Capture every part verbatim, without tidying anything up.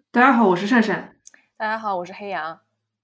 大家好，我是善善。 大家好，我是黑羊。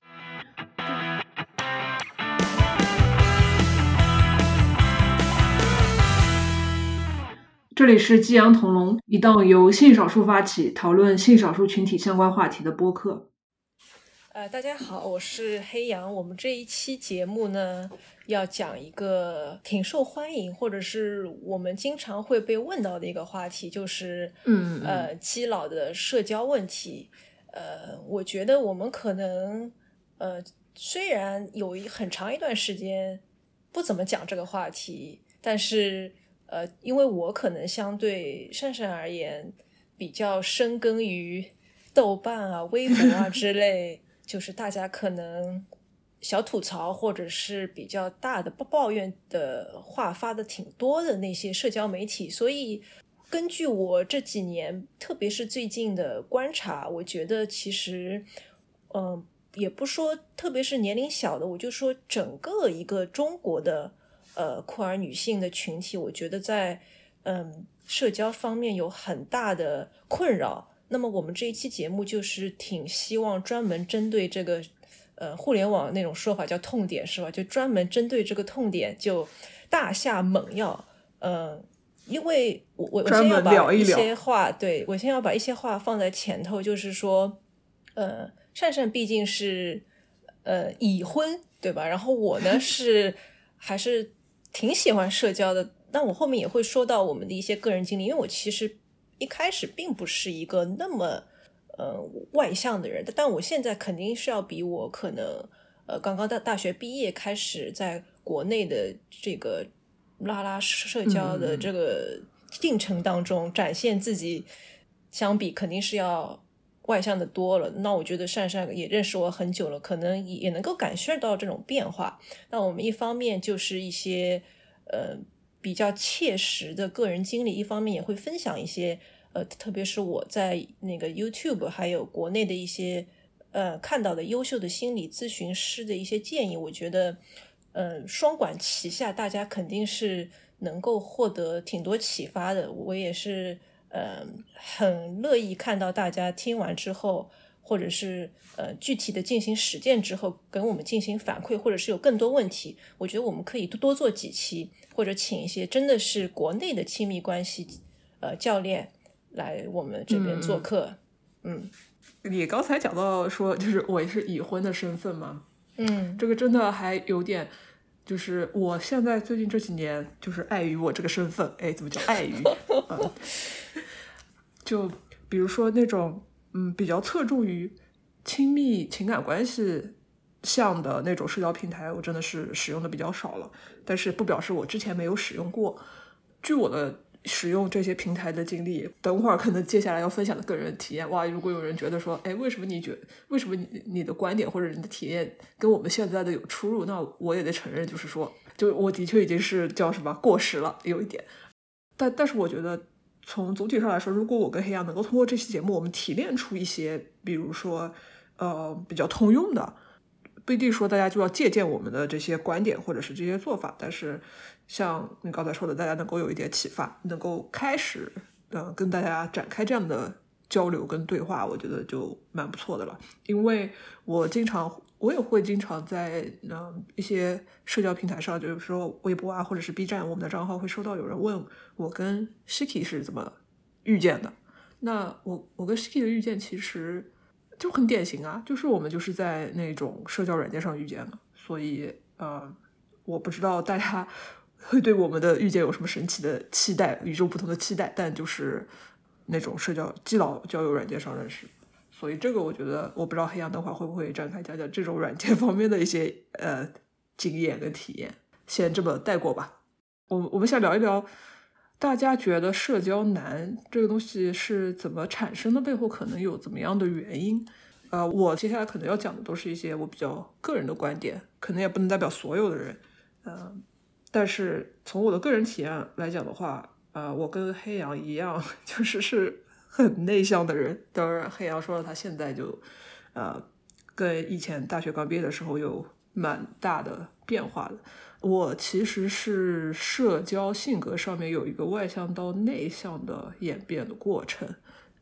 这里是激扬同笼，一档由性少数发起讨论性少数群体相关话题的播客。 呃，大家好，我是黑羊。我们这一期节目呢，要讲一个挺受欢迎，或者是我们经常会被问到的一个话题，就是嗯呃基佬的社交问题。呃，我觉得我们可能呃虽然有一很长一段时间不怎么讲这个话题，但是呃，因为我可能相对善善而言比较深耕于豆瓣啊、微博啊之类。就是大家可能小吐槽或者是比较大的抱怨的话发的挺多的那些社交媒体，所以根据我这几年特别是最近的观察，我觉得其实嗯、呃，也不说特别是年龄小的，我就说整个一个中国的呃酷儿女性的群体，我觉得在嗯社交方面有很大的困扰。那么我们这一期节目就是挺希望专门针对这个呃互联网那种说法叫痛点是吧，就专门针对这个痛点就大下猛药。呃因为我我先要把一些话对我先要把一些话放在前头，就是说呃善善毕竟是呃已婚对吧，然后我呢是还是挺喜欢社交的，但我后面也会说到我们的一些个人经历，因为我其实一开始并不是一个那么呃外向的人，但我现在肯定是要比我可能呃刚刚大大学毕业开始在国内的这个拉拉社交的这个进程当中展现自己相比肯定是要外向的多了。那我觉得善善也认识我很久了，可能也能够感受到这种变化。那我们一方面就是一些呃比较切实的个人经历，一方面也会分享一些呃，特别是我在那个 YouTube 还有国内的一些呃看到的优秀的心理咨询师的一些建议，我觉得呃双管齐下，大家肯定是能够获得挺多启发的。我也是呃很乐意看到大家听完之后，或者是呃具体的进行实践之后跟我们进行反馈，或者是有更多问题，我觉得我们可以多做几期，或者请一些真的是国内的亲密关系呃教练来我们这边做客。嗯， 你刚才讲到说就是我是已婚的身份嘛， 嗯， 这个真的还有点就是我现在最近这几年就是碍于我这个身份，哎，怎么叫碍于、嗯、就比如说那种嗯比较侧重于亲密情感关系像的那种社交平台，我真的是使用的比较少了，但是不表示我之前没有使用过。据我的使用这些平台的经历，等会儿可能接下来要分享的个人体验，哇，如果有人觉得说，哎，为什么你觉为什么你你的观点或者你的体验跟我们现在的有出入，那我也得承认，就是说，就我的确已经是叫什么过时了，有一点。但但是我觉得从总体上来说，如果我跟黑羊能够通过这期节目，我们提炼出一些，比如说呃比较通用的，不一定说大家就要借鉴我们的这些观点或者是这些做法，但是像你刚才说的，大家能够有一点启发，能够开始呃跟大家展开这样的交流跟对话，我觉得就蛮不错的了。因为我经常我也会经常在嗯、呃、一些社交平台上，就是说微博啊或者是 B 站，我们的账号会收到有人问我跟 Shiki 是怎么遇见的。那我我跟 Shiki 的遇见其实就很典型啊，就是我们就是在那种社交软件上遇见的，所以呃，我不知道大家会对我们的遇见有什么神奇的期待，与众不同的期待，但就是那种社交基佬交友软件上认识，所以这个我觉得，我不知道黑羊等会会不会展开讲讲这种软件方面的一些呃经验跟体验，先这么带过吧。我我们想聊一聊。大家觉得社交难这个东西是怎么产生的，背后可能有怎么样的原因？呃，我接下来可能要讲的都是一些我比较个人的观点，可能也不能代表所有的人。呃，但是从我的个人体验来讲的话，呃，我跟黑羊一样，就是是很内向的人。当然，黑羊说了，他现在就呃跟以前大学刚毕业的时候有蛮大的变化的。我其实是社交性格上面有一个外向到内向的演变的过程，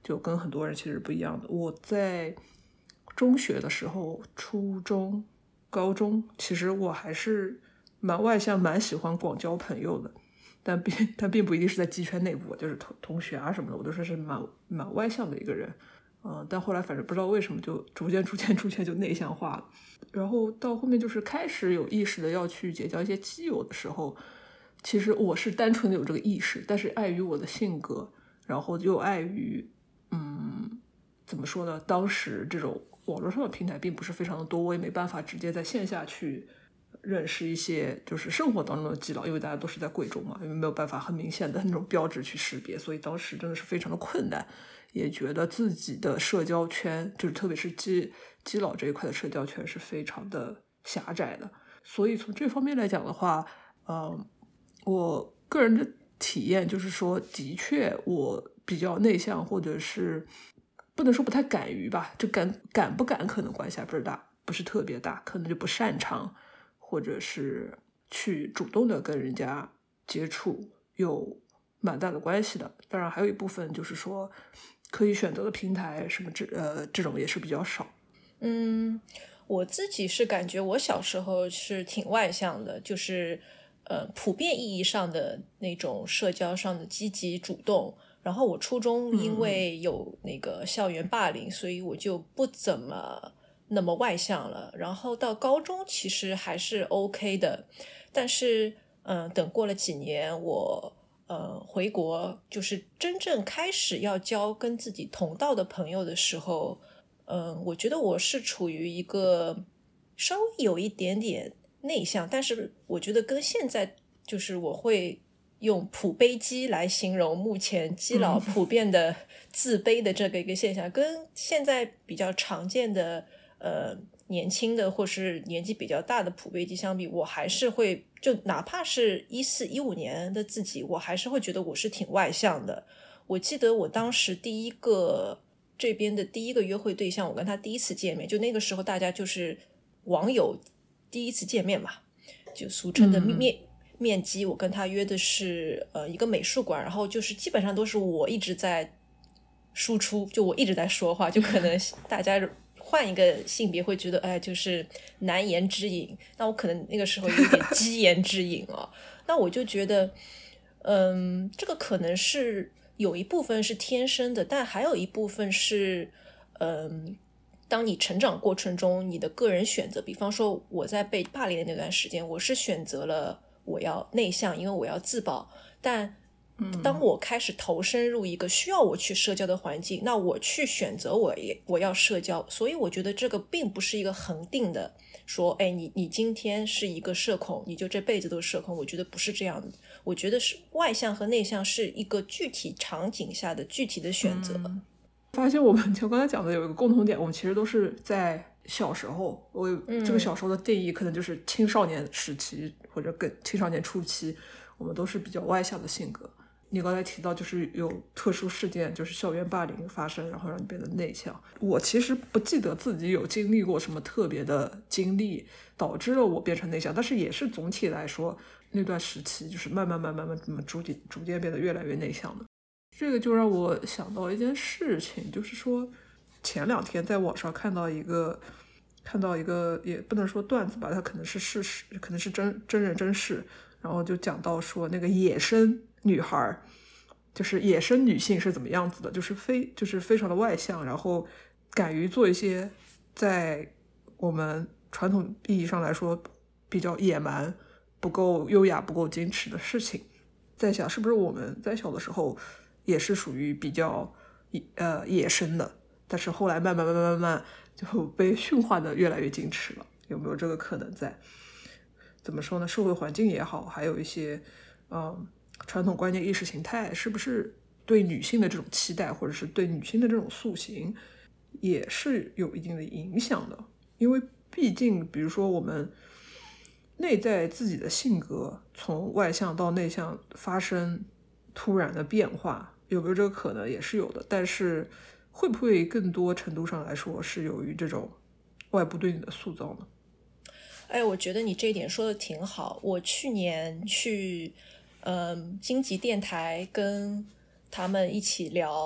就跟很多人其实不一样的。我在中学的时候，初中、高中，其实我还是蛮外向，蛮喜欢广交朋友的，但并但并不一定是在机圈内部，就是同同学啊什么的，我都说是蛮蛮外向的一个人。嗯，但后来反正不知道为什么就逐渐逐渐逐渐就内向化了，然后到后面就是开始有意识的要去结交一些基友的时候，其实我是单纯的有这个意识，但是碍于我的性格，然后又碍于嗯怎么说呢，当时这种网络上的平台并不是非常的多，我也没办法直接在线下去认识一些就是生活当中的基佬，因为大家都是在贵州嘛，因为没有办法很明显的那种标志去识别，所以当时真的是非常的困难，也觉得自己的社交圈，就是特别是基基佬这一块的社交圈是非常的狭窄的。所以从这方面来讲的话，呃，我个人的体验就是说，的确我比较内向，或者是不能说不太敢于吧，就敢敢不敢可能关系还不是大，不是特别大，可能就不擅长，或者是去主动的跟人家接触有蛮大的关系的。当然还有一部分就是说可以选择的平台什么这呃这种也是比较少。 嗯，我自己是感觉我小时候是挺外向的，就是呃普遍意义上的那种社交上的积极主动。然后我初中因为有那个校园霸凌，嗯、所以我就不怎么那么外向了。然后到高中其实还是 OK 的，但是嗯、呃，等过了几年，我呃回国，就是真正开始要交跟自己同道的朋友的时候，嗯、呃，我觉得我是处于一个稍微有一点点内向，但是我觉得跟现在就是我会用普卑基来形容目前基佬普遍的自卑的这个一个现象，嗯、跟现在比较常见的呃年轻的或是年纪比较大的普卑基相比，我还是会就哪怕是一四一五年的自己，我还是会觉得我是挺外向的。我记得我当时第一个这边的第一个约会对象，我跟他第一次见面，就那个时候大家就是网友第一次见面嘛，就俗称的面。嗯面基，我跟他约的是呃一个美术馆，然后就是基本上都是我一直在输出，就我一直在说话，就可能大家换一个性别会觉得哎就是难言之隐，那我可能那个时候有点鸡言之隐哦。那我就觉得嗯这个可能是有一部分是天生的，但还有一部分是嗯当你成长过程中你的个人选择，比方说我在被霸凌的那段时间，我是选择了我要内向，因为我要自保，但当我开始投身入一个需要我去社交的环境，那我去选择我也我要社交，所以我觉得这个并不是一个恒定的说，哎，你你今天是一个社恐，你就这辈子都是社恐，我觉得不是这样的。我觉得是外向和内向是一个具体场景下的具体的选择。 嗯、发现我们就刚才讲的有一个共同点，我们其实都是在小时候，我这个小时候的定义可能就是青少年时期或者更青少年初期，我们都是比较外向的性格。你刚才提到就是有特殊事件，就是校园霸凌发生，然后让你变得内向。我其实不记得自己有经历过什么特别的经历导致了我变成内向，但是也是总体来说那段时期就是慢慢慢慢慢慢逐渐逐渐变得越来越内向的。这个就让我想到一件事情，就是说前两天在网上看到一个看到一个也不能说段子吧，它可能是事实，可能是真真人真事，然后就讲到说那个野生女孩，就是野生女性是怎么样子的，就是非就是非常的外向，然后敢于做一些在我们传统意义上来说比较野蛮、不够优雅、不够矜持的事情。在想是不是我们在小的时候也是属于比较呃野生的，但是后来慢慢慢慢慢慢就被驯化的越来越矜持了，有没有这个可能在？怎么说呢？社会环境也好，还有一些嗯传统观念、意识形态，是不是对女性的这种期待，或者是对女性的这种塑形，也是有一定的影响的？因为毕竟，比如说我们内在自己的性格从外向到内向发生突然的变化，有没有这个可能？也是有的，但是会不会更多程度上来说是由于这种外部对你的塑造呢？ 哎，我觉得你这一点说的挺好。我去年去嗯、呃、荆棘电台跟他们一起聊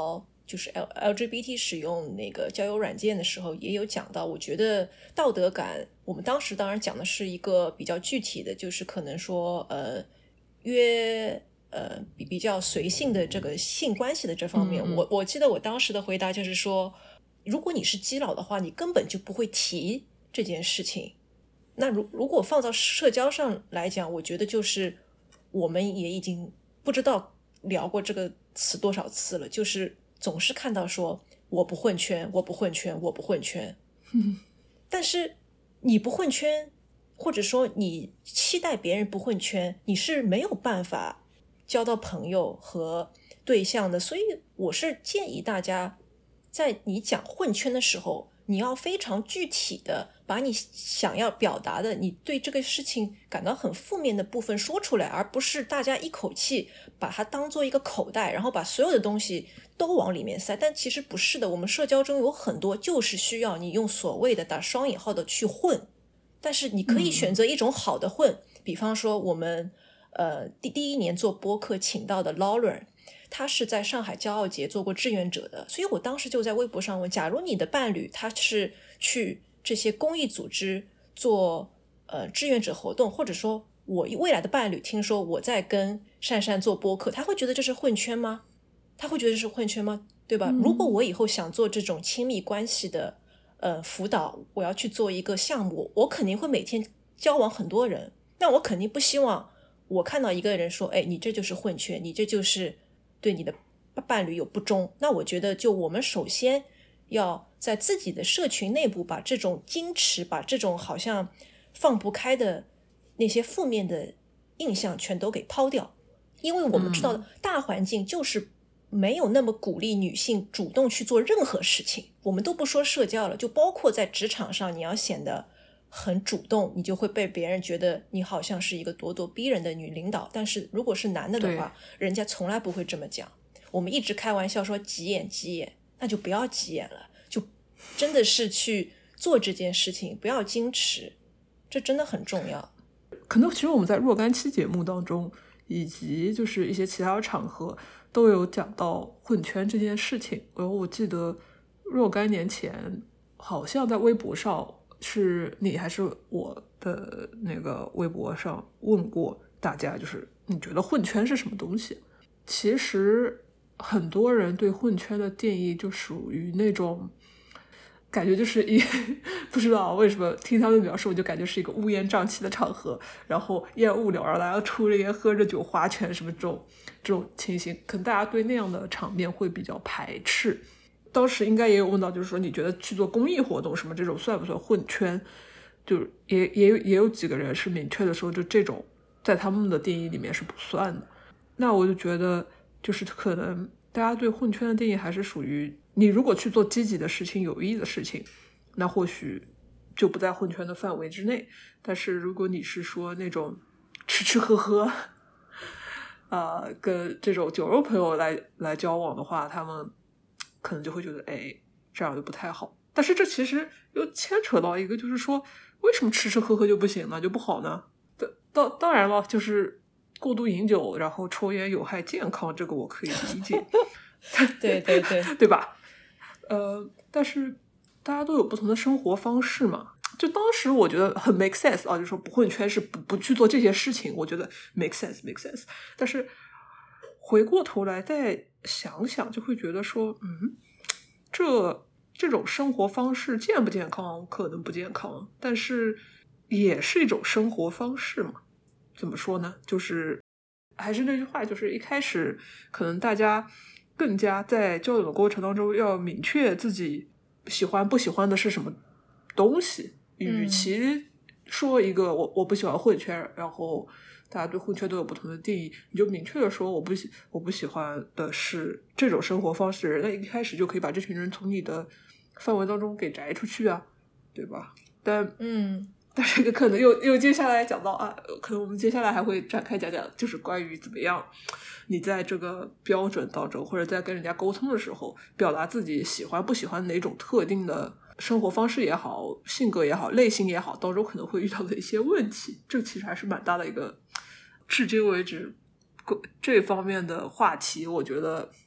就是 L G B T 使用那个交友软件的时候也有讲到，我觉得道德感，我们当时当然讲的是一个比较具体的，就是可能说呃约呃比比较随性的这个性关系的这方面， 嗯嗯我我记得我当时的回答就是说，如果你是基佬的话，你根本就不会提这件事情。那如如果放到社交上来讲，我觉得就是我们也已经不知道聊过这个词多少次了，就是总是看到说我不混圈，我不混圈，我不混圈。 嗯， 但是你不混圈，或者说你期待别人不混圈，你是没有办法交到朋友和对象的。所以我是建议大家，在你讲混圈的时候，你要非常具体的把你想要表达的，你对这个事情感到很负面的部分说出来，而不是大家一口气把它当做一个口袋，然后把所有的东西都往里面塞。但其实不是的，我们社交中有很多就是需要你用所谓的打双引号的去混，但是你可以选择一种好的混，嗯、比方说我们呃第第一年做播客请到的 Lauren，他是在上海骄傲节做过志愿者的，所以我当时就在微博上问，假如你的伴侣他是去这些公益组织做呃志愿者活动，或者说我未来的伴侣听说我在跟珊珊做播客，他会觉得这是混圈吗？他会觉得这是混圈吗？对吧？ 嗯、 如果我以后想做这种亲密关系的呃辅导，我要去做一个项目，我肯定会每天交往很多人，但我肯定不希望我看到一个人说，哎，你这就是混圈，你这就是对你的伴侣有不忠。那我觉得就我们首先要在自己的社群内部把这种矜持，把这种好像放不开的那些负面的印象全都给抛掉，因为我们知道大环境就是没有那么鼓励女性主动去做任何事情。我们都不说社交了，就包括在职场上，你要显得很主动，你就会被别人觉得你好像是一个咄咄逼人的女领导。但是如果是男的的话，人家从来不会这么讲。我们一直开玩笑说急眼急眼，那就不要急眼了，就真的是去做这件事情，不要矜持，这真的很重要。 可能其实我们在若干期节目当中，以及就是一些其他的场合都有讲到混圈这件事情。然后我记得若干年前好像在微博上，是你还是我的那个微博上问过大家，就是你觉得混圈是什么东西？其实很多人对混圈的定义就属于那种感觉，就是一不知道为什么听他们描述，我就感觉是一个乌烟瘴气的场合，然后烟雾缭绕，然后抽着烟喝着酒划拳什么这种这种情形，可能大家对那样的场面会比较排斥。当时应该也有问到，就是说你觉得去做公益活动什么这种算不算混圈？就也也有也有几个人是明确的说，就这种在他们的定义里面是不算的。那我就觉得就是可能大家对混圈的定义还是属于，你如果去做积极的事情有意义的事情，那或许就不在混圈的范围之内。但是如果你是说那种吃吃喝喝呃，跟这种酒肉朋友来来交往的话，他们可能就会觉得哎，这样就不太好。但是这其实又牵扯到一个，就是说为什么吃吃喝喝就不行呢，就不好呢？当当然了，就是过度饮酒然后抽烟有害健康，这个我可以理解对对对对吧？呃，但是大家都有不同的生活方式嘛，就当时我觉得很 make sense 啊，就是说不混圈是不不去做这些事情，我觉得 make sense make sense。但是回过头来再想想，就会觉得说，嗯，这这种生活方式健不健康？可能不健康，但是也是一种生活方式嘛。怎么说呢？就是还是那句话，就是一开始可能大家更加在交友的过程当中要明确自己喜欢不喜欢的是什么东西，与其说一个我我不喜欢混圈，然后大家对混圈都有不同的定义，你就明确的说我不喜我不喜欢的是这种生活方式的人，那一开始就可以把这群人从你的范围当中给摘出去啊，对吧？但嗯。 但是这个可能又又接下来讲到啊，可能我们接下来还会展开讲讲，就是关于怎么样你在这个标准当中，或者在跟人家沟通的时候，表达自己喜欢不喜欢哪种特定的生活方式也好，性格也好，类型也好，当中可能会遇到的一些问题。这其实还是蛮大的一个，至今为止这方面的话题，我觉得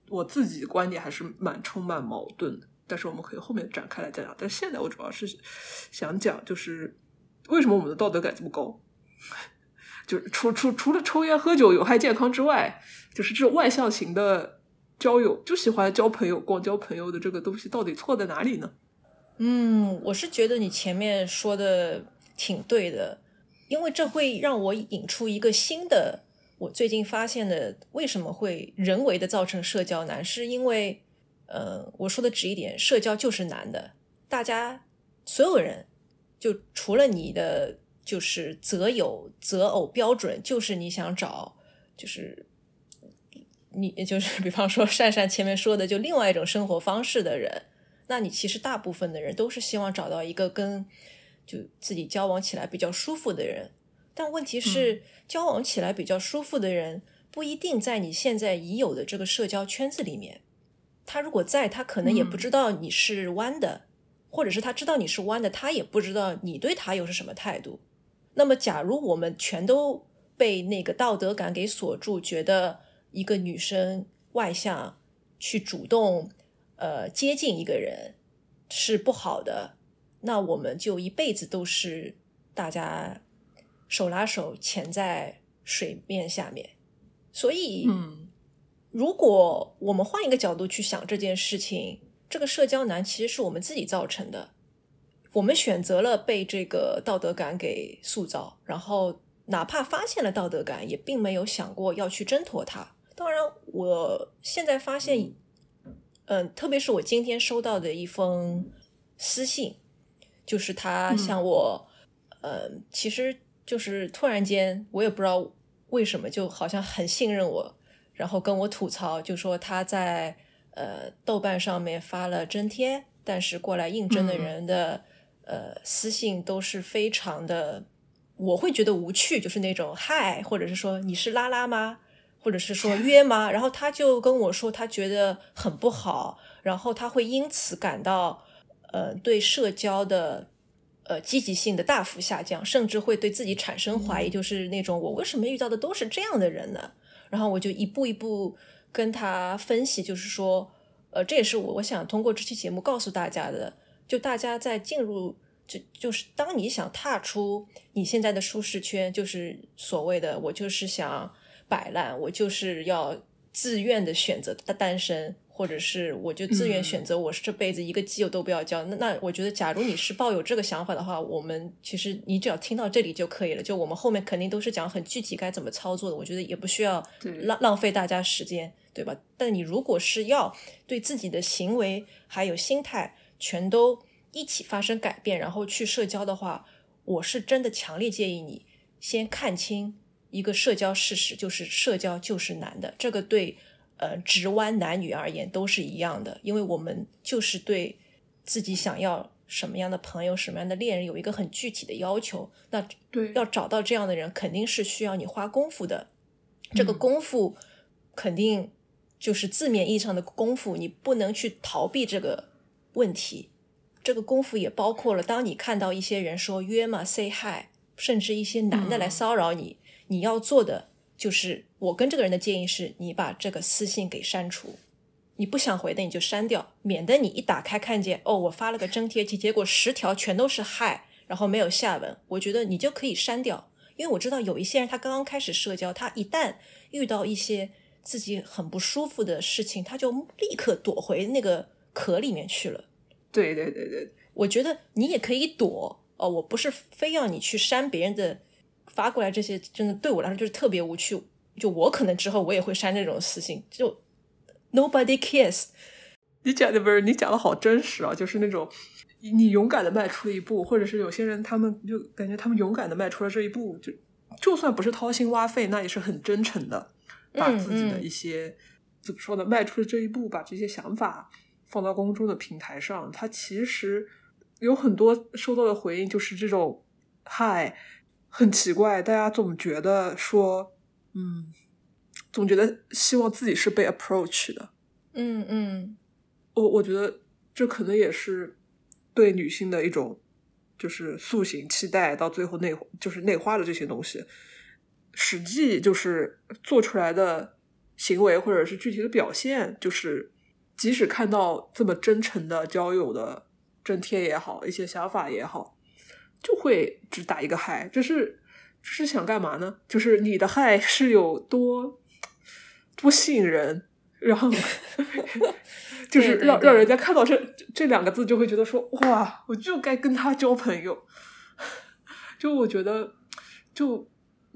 我自己观点还是蛮充满矛盾的，但是我们可以后面展开来再讲。但现在我主要是想讲，就是为什么我们的道德感这么高，就是除除除了抽烟喝酒有害健康之外，就是这种外向型的交友，就喜欢交朋友光交朋友的这个东西到底错在哪里呢？ 嗯，我是觉得你前面说的挺对的，因为这会让我引出一个新的我最近发现的，为什么会人为的造成社交难，是因为呃，我说的直一点，社交就是难的，大家所有人就除了你的就是择友择偶标准就是你想找就是你就是比方说善善前面说的就另外一种生活方式的人，那你其实大部分的人都是希望找到一个跟就自己交往起来比较舒服的人，但问题是、嗯、交往起来比较舒服的人不一定在你现在已有的这个社交圈子里面，他如果在他可能也不知道你是弯的、嗯、或者是他知道你是弯的，他也不知道你对他又是什么态度。那么假如我们全都被那个道德感给锁住，觉得一个女生外向去主动呃，接近一个人是不好的，那我们就一辈子都是大家手拉手潜在水面下面。所以、嗯、如果我们换一个角度去想这件事情，这个社交难其实是我们自己造成的，我们选择了被这个道德感给塑造，然后哪怕发现了道德感也并没有想过要去挣脱它。当然我现在发现嗯嗯，特别是我今天收到的一封私信，就是他向我，嗯、呃，其实就是突然间，我也不知道为什么，就好像很信任我，然后跟我吐槽，就说他在呃豆瓣上面发了征贴，但是过来应征的人的、嗯、呃私信都是非常的，我会觉得无趣，就是那种嗨，或者是说你是拉拉吗？或者是说约吗？然后他就跟我说他觉得很不好，然后他会因此感到呃对社交的呃积极性的大幅下降，甚至会对自己产生怀疑，就是那种我为什么遇到的都是这样的人呢？然后我就一步一步跟他分析，就是说呃这也是我我想通过这期节目告诉大家的，就大家在进入就就是当你想踏出你现在的舒适圈，就是所谓的我就是想摆烂，我就是要自愿的选择单身，或者是我就自愿选择我是这辈子一个基友都不要交、嗯、那, 那我觉得假如你是抱有这个想法的话，我们其实你只要听到这里就可以了，就我们后面肯定都是讲很具体该怎么操作的，我觉得也不需要浪浪费大家时间，对吧？但你如果是要对自己的行为还有心态全都一起发生改变，然后去社交的话，我是真的强烈建议你先看清一个社交事实，就是社交就是难的，这个对呃直弯男女而言都是一样的，因为我们就是对自己想要什么样的朋友什么样的恋人有一个很具体的要求，那对要找到这样的人肯定是需要你花功夫的，这个功夫肯定就是字面意义上的功夫，你不能去逃避这个问题，这个功夫也包括了当你看到一些人说约嘛 say hi， 甚至一些男的来骚扰你、嗯你要做的就是我跟这个人的建议是你把这个私信给删除，你不想回的你就删掉，免得你一打开看见哦我发了个征贴结果十条全都是嗨，然后没有下文，我觉得你就可以删掉，因为我知道有一些人他刚刚开始社交，他一旦遇到一些自己很不舒服的事情他就立刻躲回那个壳里面去了。 对对对对， 我觉得你也可以躲哦，我不是非要你去删别人的发过来，这些真的对我来说就是特别无趣，就我可能之后我也会删这种私信，就 nobody cares。 你讲的不是你讲的好真实啊，就是那种你勇敢的迈出了一步，或者是有些人他们就感觉他们勇敢的迈出了这一步，就就算不是掏心挖肺，那也是很真诚的把自己的一些、嗯嗯、怎么说呢，迈出了这一步，把这些想法放到公众的平台上，他其实有很多收到的回应就是这种嗨，很奇怪，大家总觉得说嗯，总觉得希望自己是被 approach 的。 嗯嗯， 我我觉得这可能也是对女性的一种就是塑形期待，到最后内就是内化的这些东西，实际就是做出来的行为或者是具体的表现，就是即使看到这么真诚的交友的真贴也好，一些想法也好，就会只打一个嗨。这是这是想干嘛呢？就是你的嗨是有多多吸引人，然后就是让对对对让人家看到这这两个字就会觉得说，哇，我就该跟他交朋友。就我觉得就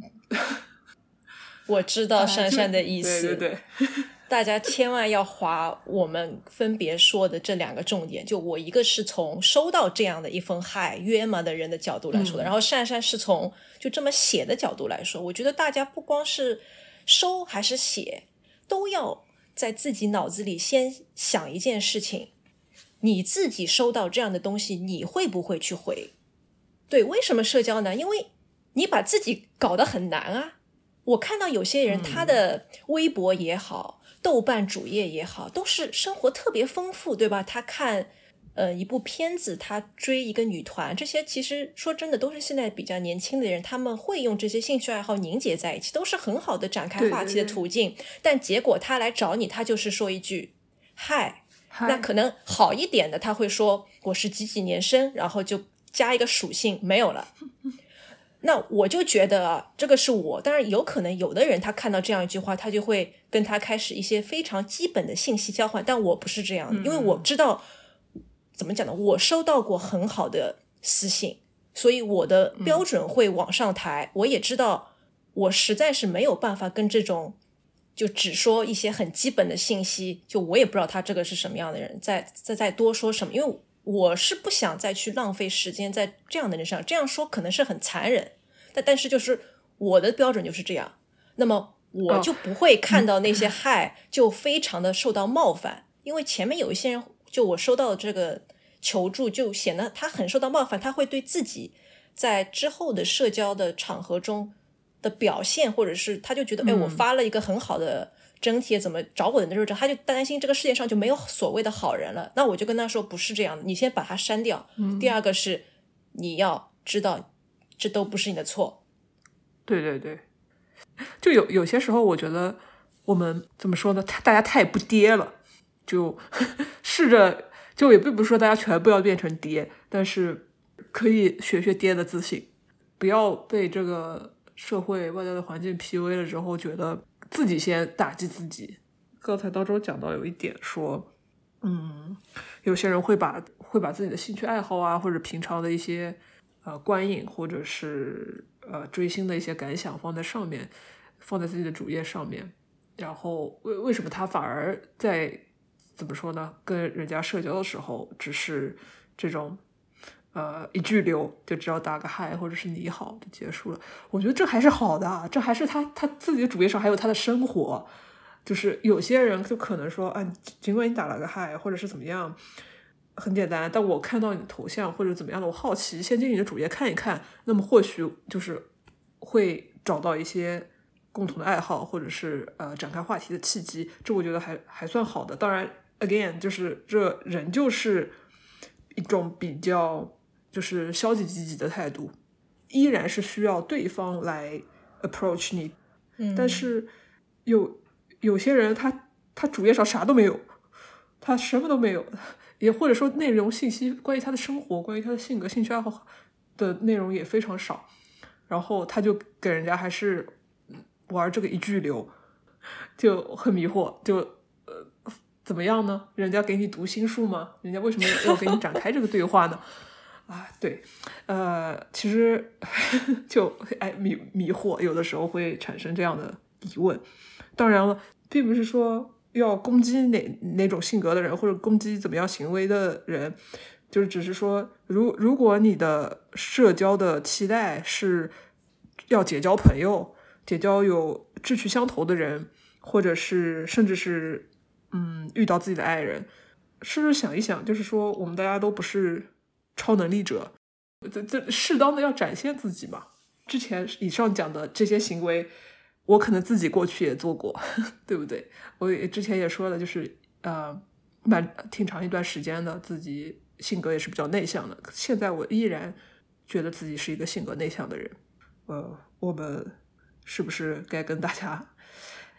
我知道珊珊的意思， 哎、对对对， 大家千万要划我们分别说的这两个重点。就我一个是从收到这样的一封嗨约吗的人的角度来说的， 嗯、 然后珊珊是从就这么写的角度来说。我觉得大家不光是收还是写，都要在自己脑子里先想一件事情，你自己收到这样的东西你会不会去回。对，为什么社交难？因为你把自己搞得很难啊。我看到有些人他的微博也好、嗯、豆瓣主页也好，都是生活特别丰富，对吧？他看呃一部片子，他追一个女团，这些其实说真的都是现在比较年轻的人，他们会用这些兴趣爱好凝结在一起，都是很好的展开话题的途径。对对对，但结果他来找你，他就是说一句嗨，那可能好一点的他会说我是几几年生，然后就加一个属性，没有了。那我就觉得这个是我，当然有可能有的人他看到这样一句话，他就会跟他开始一些非常基本的信息交换，但我不是这样的，因为我知道怎么讲呢，我收到过很好的私信，所以我的标准会往上抬。我也知道我实在是没有办法跟这种就只说一些很基本的信息，就我也不知道他这个是什么样的人，再再再多说什么，因为我是不想再去浪费时间在这样的人上，这样说可能是很残忍，但但是就是我的标准就是这样，那么我就不会看到那些嗨就非常的受到冒犯，因为前面有一些人就我收到这个求助就显得他很受到冒犯，他会对自己在之后的社交的场合中的表现，或者是他就觉得哎，我发了一个很好的征帖，怎么找我的时候他就担心这个世界上就没有所谓的好人了。那我就跟他说不是这样的，你先把它删掉、嗯、第二个是你要知道这都不是你的错。 对对对，就有有些时候我觉得我们怎么说呢，大家太不爹了，就试着就也并不是说大家全部要变成爹，但是可以学学爹的自信，不要被这个社会外在的环境 P U A 了之后觉得自己先打击自己。刚才当中讲到有一点说嗯，有些人会把会把自己的兴趣爱好啊，或者平常的一些呃观影或者是呃追星的一些感想放在上面，放在自己的主页上面，然后为为什么他反而在怎么说呢，跟人家社交的时候只是这种呃一句留，就只要打个嗨或者是你好就结束了。我觉得这还是好的，这还是他他自己的主页上还有他的生活。就是有些人就可能说啊，尽管你打了个嗨或者是怎么样很简单，但我看到你的头像或者怎么样的，我好奇先进你的主页看一看，那么或许就是会找到一些共同的爱好或者是呃展开话题的契机，这我觉得还还算好的。当然 again 就是这人就是一种比较就是消极积极的态度，依然是需要对方来 approach 你、嗯、但是有有些人他他主页上啥都没有，他什么都没有，也或者说内容信息关于他的生活关于他的性格兴趣爱好的内容也非常少，然后他就给人家还是玩这个一句流，就很迷惑，就呃怎么样呢？人家给你读心术吗？人家为什么要给你展开这个对话呢？啊，对，呃，其实就哎迷迷惑，有的时候会产生这样的疑问。当然了，并不是说要攻击哪哪种性格的人，或者攻击怎么样行为的人，就是只是说，如如果你的社交的期待是要结交朋友，结交有志趣相投的人，或者是甚至是嗯遇到自己的爱人，是不是想一想，就是说我们大家都不是超能力者，这这适当的要展现自己嘛。之前以上讲的这些行为我可能自己过去也做过，对不对？我也之前也说了，就是呃，蛮挺长一段时间的，自己性格也是比较内向的。现在我依然觉得自己是一个性格内向的人。呃，我们是不是该跟大家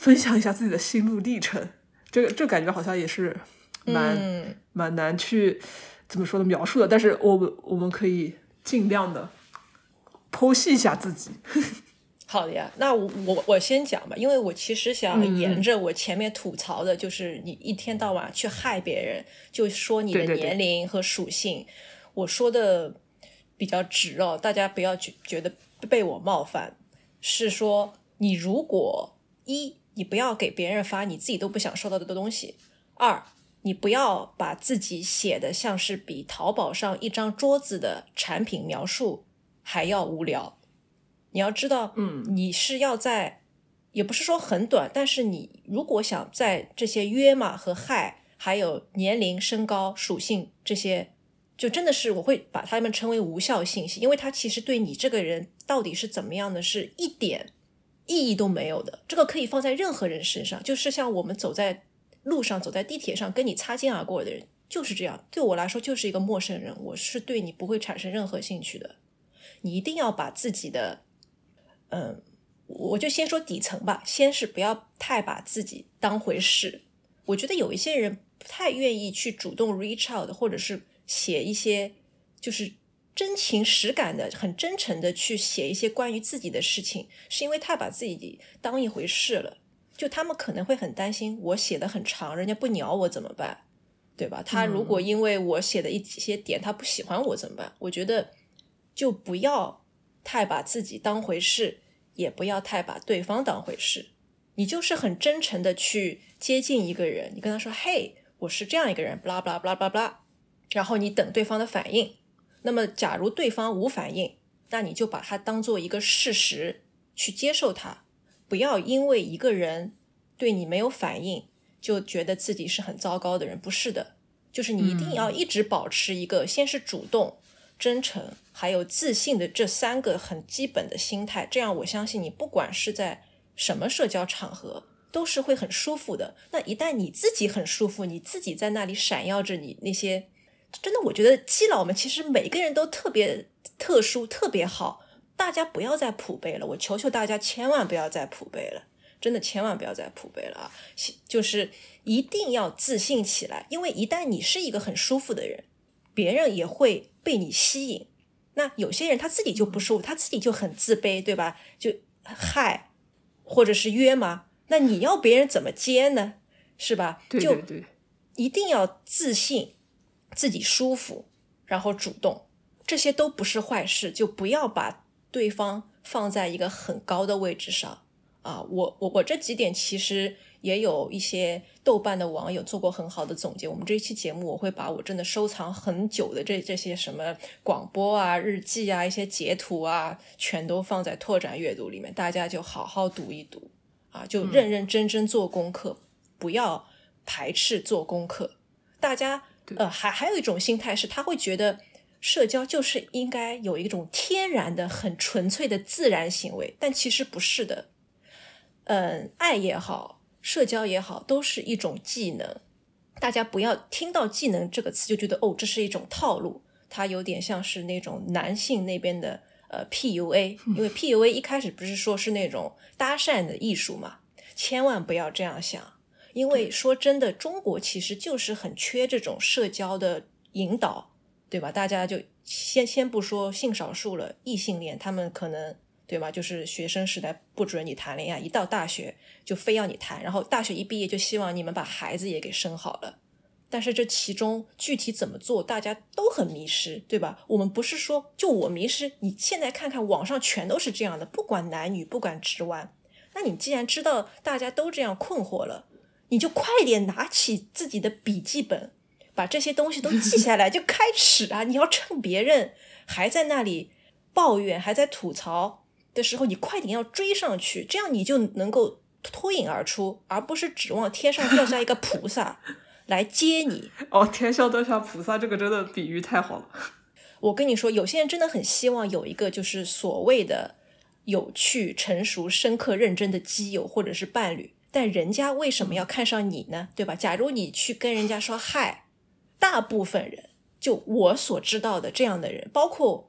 分享一下自己的心路历程，这个这感觉好像也是蛮、 嗯、 蛮难去怎么说的描述的，但是我们我们可以尽量的剖析一下自己。 好的呀，那我我我先讲吧，因为我其实想沿着我前面吐槽的，就是你一天到晚去害别人，就说你的年龄和属性， 对对对， 我说的比较直哦，大家不要觉得被我冒犯，是说你如果一，你不要给别人发你自己都不想收到的东西；二，你不要把自己写的像是比淘宝上一张桌子的产品描述还要无聊。你要知道， 嗯， 你是要在，也不是说很短，但是你如果想在这些约嘛和害，还有年龄、身高、属性这些，就真的是我会把它们称为无效信息，因为它其实对你这个人到底是怎么样的，是一点意义都没有的。这个可以放在任何人身上，就是像我们走在路上、走在地铁上跟你擦肩而过的人，就是这样。对我来说就是一个陌生人，我是对你不会产生任何兴趣的。你一定要把自己的嗯，我就先说底层吧，先是不要太把自己当回事。我觉得有一些人不太愿意去主动 reach out， 或者是写一些就是真情实感的、很真诚的去写一些关于自己的事情，是因为太把自己当一回事了。就他们可能会很担心，我写的很长，人家不鸟我怎么办？对吧？他如果因为我写的一些点他不喜欢我怎么办？我觉得就不要太把自己当回事，也不要太把对方当回事。你就是很真诚的去接近一个人，你跟他说嘿，我是这样一个人 blah blah blah blah blah， 然后你等对方的反应。那么假如对方无反应，那你就把它当做一个事实去接受它，不要因为一个人对你没有反应就觉得自己是很糟糕的人。不是的，就是你一定要一直保持一个、嗯、先是主动、真诚还有自信的这三个很基本的心态，这样我相信你不管是在什么社交场合都是会很舒服的。那一旦你自己很舒服，你自己在那里闪耀着你那些，真的我觉得基佬们其实每个人都特别特殊特别好，大家不要再普贝了，我求求大家千万不要再普贝了，真的千万不要再普贝了啊！就是一定要自信起来，因为一旦你是一个很舒服的人，别人也会被你吸引。那有些人他自己就不舒服，他自己就很自卑，对吧？就嗨或者是约嘛，那你要别人怎么接呢？是吧？ 对对对， 就一定要自信，自己舒服，然后主动，这些都不是坏事，就不要把对方放在一个很高的位置上啊。我我我这几点其实也有一些豆瓣的网友做过很好的总结，我们这一期节目我会把我真的收藏很久的这这些什么广播啊、日记啊、一些截图啊，全都放在拓展阅读里面，大家就好好读一读啊，就认认真真做功课，嗯、不要排斥做功课。大家呃还还有一种心态是，他会觉得社交就是应该有一种天然的、很纯粹的自然行为，但其实不是的。嗯，爱也好，社交也好，都是一种技能。大家不要听到技能这个词就觉得哦，这是一种套路，它有点像是那种男性那边的呃 P U A， 因为 P U A 一开始不是说是那种搭讪的艺术嘛，千万不要这样想。因为说真的，中国其实就是很缺这种社交的引导，对吧？大家就先先不说性少数了，异性恋他们可能对吧，就是学生时代不准你谈恋爱，一到大学就非要你谈，然后大学一毕业就希望你们把孩子也给生好了。但是这其中具体怎么做大家都很迷失，对吧？我们不是说就我迷失，你现在看看网上全都是这样的，不管男女不管直弯。那你既然知道大家都这样困惑了，你就快点拿起自己的笔记本，把这些东西都记下来就开始啊！你要趁别人还在那里抱怨还在吐槽的时候，你快点要追上去，这样你就能够脱颖而出，而不是指望天上掉下一个菩萨来接你。 哦，天上掉下菩萨，这个真的比喻太好了。 我跟你说，有些人真的很希望有一个就是所谓的有趣、成熟、深刻、认真的基友或者是伴侣，但人家为什么要看上你呢？对吧？假如你去跟人家说嗨，大部分人就我所知道的这样的人，包括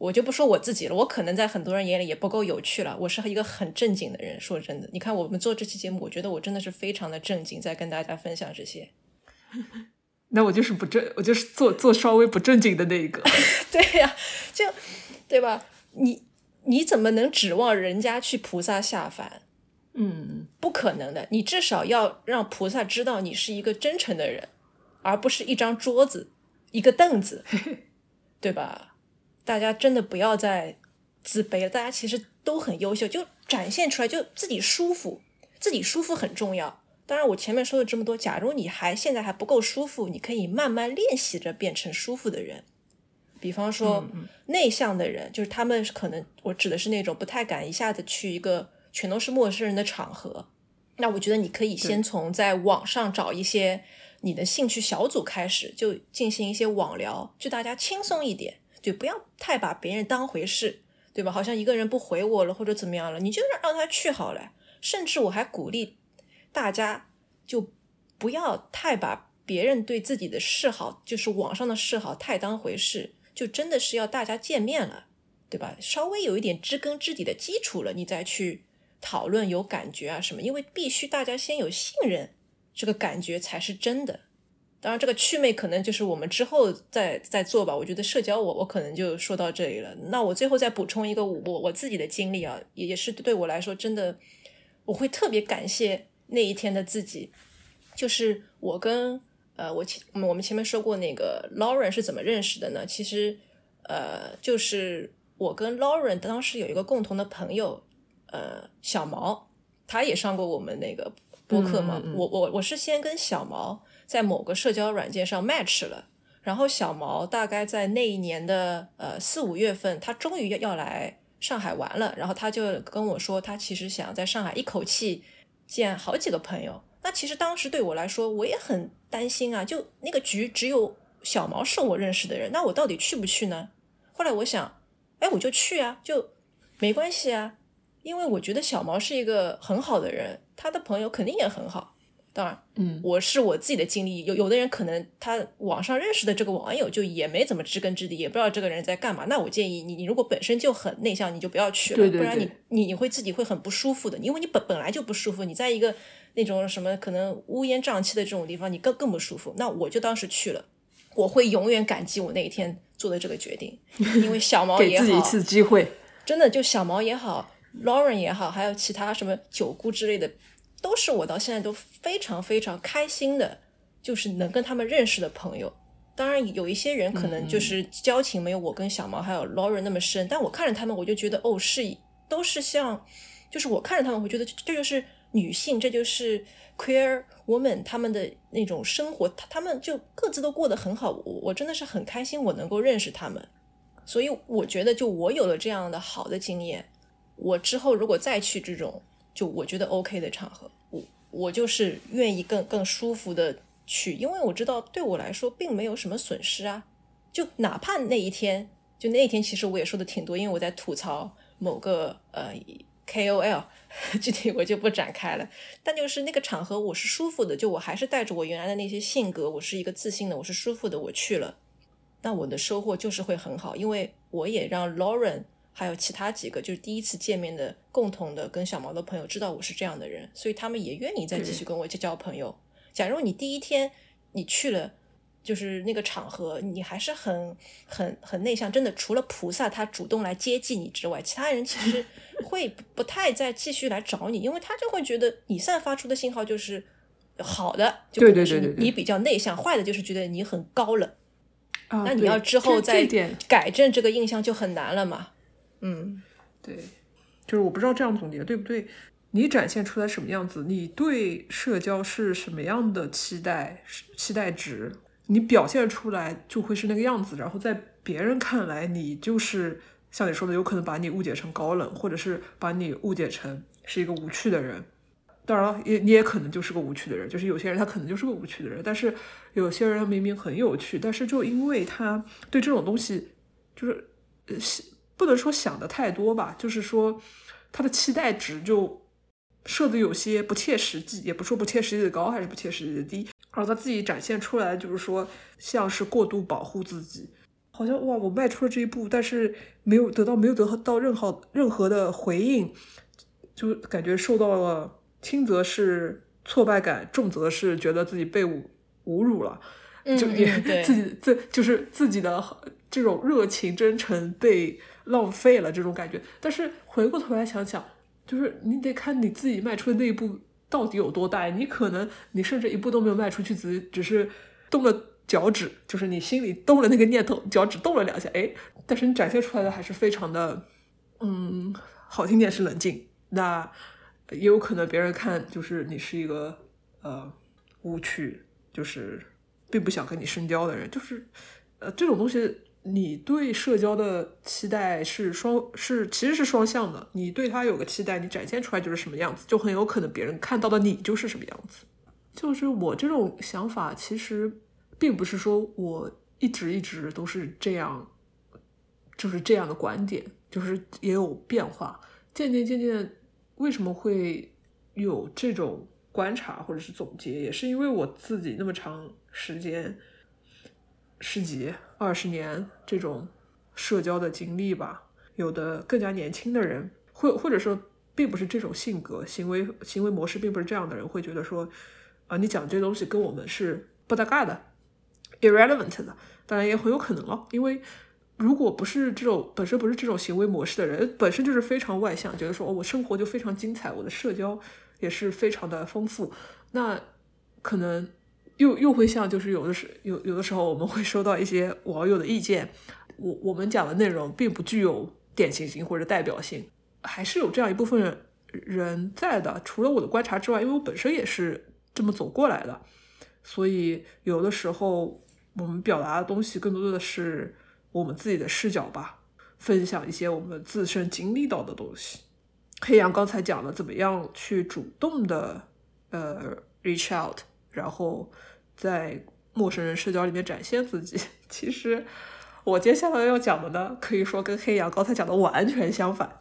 我就不说我自己了，我可能在很多人眼里也不够有趣了，我是一个很正经的人，说真的，你看我们做这期节目，我觉得我真的是非常的正经，在跟大家分享这些。 那我就是不正，我就是做做稍微不正经的那一个。 对呀、啊，就对吧？你你怎么能指望人家去菩萨下凡？ 嗯， 不可能的。你至少要让菩萨知道你是一个真诚的人，而不是一张桌子、一个凳子，对吧？大家真的不要再自卑了，大家其实都很优秀，就展现出来，就自己舒服，自己舒服很重要。当然我前面说了这么多，假如你还现在还不够舒服，你可以慢慢练习着变成舒服的人。比方说、嗯、内向的人，就是他们可能，我指的是那种不太敢一下子去一个全都是陌生人的场合，那我觉得你可以先从在网上找一些你的兴趣小组开始，就进行一些网聊，就大家轻松一点，就不要太把别人当回事，对吧？好像一个人不回我了或者怎么样了，你就让他去好了。甚至我还鼓励大家就不要太把别人对自己的示好，就是网上的示好太当回事，就真的是要大家见面了，对吧？稍微有一点知根知底的基础了，你再去讨论有感觉啊什么，因为必须大家先有信任，这个感觉才是真的。当然这个祛魅可能就是我们之后再再做吧，我觉得社交我我可能就说到这里了。那我最后再补充一个我我自己的经历啊，也是对我来说真的我会特别感谢那一天的自己，就是我跟呃我前我们前面说过那个 Lauren 是怎么认识的呢？其实呃就是我跟 Lauren 当时有一个共同的朋友，呃小毛，他也上过我们那个播客嘛。嗯嗯嗯我我我是先跟小毛在某个社交软件上 match 了，然后小毛大概在那一年的呃四五月份，他终于要来上海玩了，然后他就跟我说他其实想在上海一口气见好几个朋友。那其实当时对我来说我也很担心啊，就那个局只有小毛是我认识的人，那我到底去不去呢？后来我想哎，我就去啊，就没关系啊，因为我觉得小毛是一个很好的人，他的朋友肯定也很好。当然嗯，我是我自己的经历，有有的人可能他网上认识的这个网友就也没怎么知根知底，也不知道这个人在干嘛，那我建议你你如果本身就很内向，你就不要去了。对对对，不然你你你会自己会很不舒服的，因为你本本来就不舒服，你在一个那种什么可能乌烟瘴气的这种地方你更更不舒服。那我就当时去了，我会永远感激我那一天做的这个决定，因为小毛也好给自己一次机会，真的就小毛也好 Lauren 也好，还有其他什么九姑之类的，都是我到现在都非常非常开心的，就是能跟他们认识的朋友。当然有一些人可能就是交情没有我跟小毛还有 Lauren 那么深，但我看着他们我就觉得哦，是都是像，就是我看着他们会觉得这就是女性，这就是 queer woman 他们的那种生活，他们就各自都过得很好，我我真的是很开心我能够认识他们。所以我觉得就我有了这样的好的经验，我之后如果再去这种就我觉得 OK 的场合，我我就是愿意更更舒服的去，因为我知道对我来说并没有什么损失啊。就哪怕那一天，就那一天其实我也说的挺多，因为我在吐槽某个呃 K O L， 具体我就不展开了。但就是那个场合我是舒服的，就我还是带着我原来的那些性格，我是一个自信的，我是舒服的，我去了，那我的收获就是会很好，因为我也让 Lauren还有其他几个就是第一次见面的共同的跟小毛的朋友知道我是这样的人，所以他们也愿意再继续跟我交朋友。假如你第一天你去了就是那个场合你还是很很很内向，真的除了菩萨他主动来接济你之外，其他人其实会不太再继续来找你，因为他就会觉得你散发出的信号就是好的，就可能是你比较内向，坏的就是觉得你很高冷。啊、那你要之后再改正这个印象就很难了嘛。嗯， 对，就是我不知道这样总结对不对，你展现出来什么样子，你对社交是什么样的期待期待值，你表现出来就会是那个样子，然后在别人看来你就是像你说的有可能把你误解成高冷，或者是把你误解成是一个无趣的人。当然了，也你也可能就是个无趣的人，就是有些人他可能就是个无趣的人，但是有些人他明明很有趣，但是就因为他对这种东西就是呃不能说想的太多吧，就是说他的期待值就设的有些不切实际，也不说不切实际的高还是不切实际的低，而他自己展现出来就是说像是过度保护自己， 好像哇，我迈出了这一步，但是没有得到没有得到任何任何的回应，就感觉受到了轻则是挫败感，重则是觉得自己被侮侮辱了， 嗯、 就也、 嗯、 自己自就是自己的这种热情真诚被浪费了这种感觉。但是回过头来想想，就是你得看你自己迈出的那一步到底有多大，你可能你甚至一步都没有迈出去，只只是动了脚趾，就是你心里动了那个念头，脚趾动了两下，哎，但是你展现出来的还是非常的，嗯，好听点是冷静，那也有可能别人看就是你是一个呃无趣，就是并不想跟你深交的人，就是呃这种东西，你对社交的期待是双是其实是双向的，你对他有个期待，你展现出来就是什么样子，就很有可能别人看到的你就是什么样子。就是我这种想法其实并不是说我一直一直都是这样，就是这样的观点，就是也有变化，渐渐渐渐为什么会有这种观察或者是总结，也是因为我自己那么长时间十几二十年这种社交的经历吧。有的更加年轻的人或或者说并不是这种性格行为行为模式并不是这样的人会觉得说啊，你讲这东西跟我们是不搭嘎的 irrelevant 的，当然也很有可能了，因为如果不是这种本身不是这种行为模式的人，本身就是非常外向，觉得说、哦、我生活就非常精彩，我的社交也是非常的丰富，那可能又又会像就是有的时有有的时候我们会收到一些网友的意见，我我们讲的内容并不具有典型性或者代表性，还是有这样一部分人人在的。除了我的观察之外，因为我本身也是这么走过来的，所以有的时候我们表达的东西更多的是我们自己的视角吧，分享一些我们自身经历到的东西。黑羊刚才讲了怎么样去主动的呃 reach out， 然后在陌生人社交里面展现自己，其实我接下来要讲的呢，可以说跟黑羊刚才讲的完全相反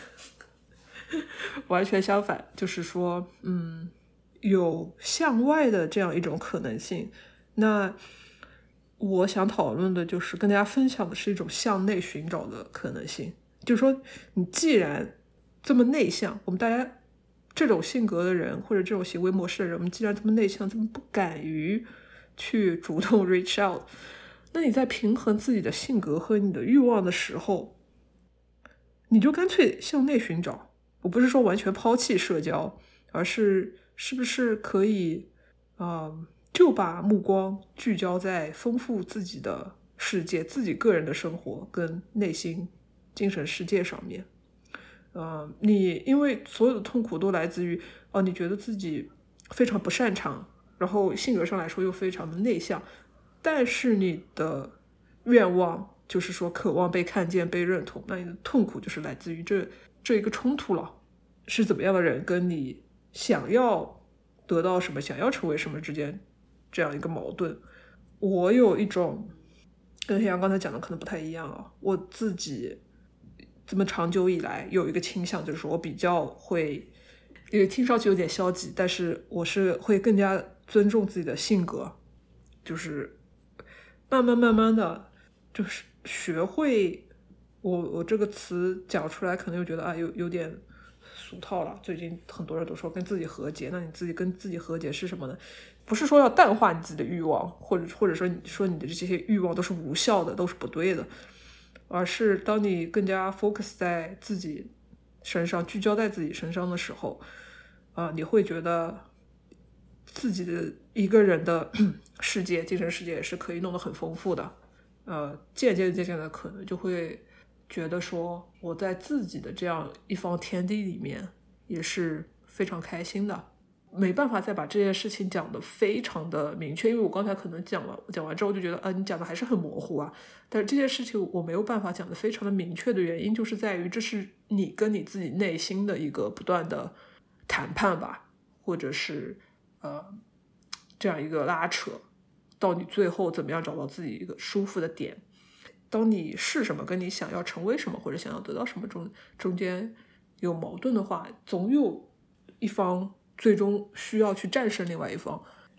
完全相反，就是说嗯，有向外的这样一种可能性。那我想讨论的就是跟大家分享的是一种向内寻找的可能性，就是说你既然这么内向，我们大家这种性格的人或者这种行为模式的人，我们既然这么内向，这么不敢于去主动 reach out， 那你在平衡自己的性格和你的欲望的时候，你就干脆向内寻找。我不是说完全抛弃社交，而是是不是可以呃，就把目光聚焦在丰富自己的世界，自己个人的生活跟内心精神世界上面。呃，你因为所有的痛苦都来自于哦、呃，你觉得自己非常不擅长，然后性格上来说又非常的内向，但是你的愿望就是说渴望被看见被认同，那你的痛苦就是来自于这这一个冲突了，是怎么样的人跟你想要得到什么想要成为什么之间这样一个矛盾。我有一种跟黑羊刚才讲的可能不太一样啊，我自己这么长久以来有一个倾向，就是说我比较会，因为听上去有点消极，但是我是会更加尊重自己的性格，就是慢慢慢慢的就是学会，我我这个词讲出来可能又觉得啊有有点俗套了，最近很多人都说跟自己和解，那你自己跟自己和解是什么呢？不是说要淡化你自己的欲望，或者或者说你说你的这些欲望都是无效的，都是不对的，而是当你更加 focus 在自己身上，聚焦在自己身上的时候，啊、呃，你会觉得自己的一个人的世界，精神世界也是可以弄得很丰富的。呃，渐渐渐渐的可能就会觉得说我在自己的这样一方天地里面也是非常开心的。没办法再把这件事情讲得非常的明确，因为我刚才可能讲完讲完之后就觉得啊，你讲的还是很模糊啊。但是这件事情我没有办法讲得非常的明确的原因，就是在于这是你跟你自己内心的一个不断的谈判吧，或者是呃这样一个拉扯，到你最后怎么样找到自己一个舒服的点。当你是什么跟你想要成为什么或者想要得到什么中中间有矛盾的话，总有一方最终需要去战胜另外一方。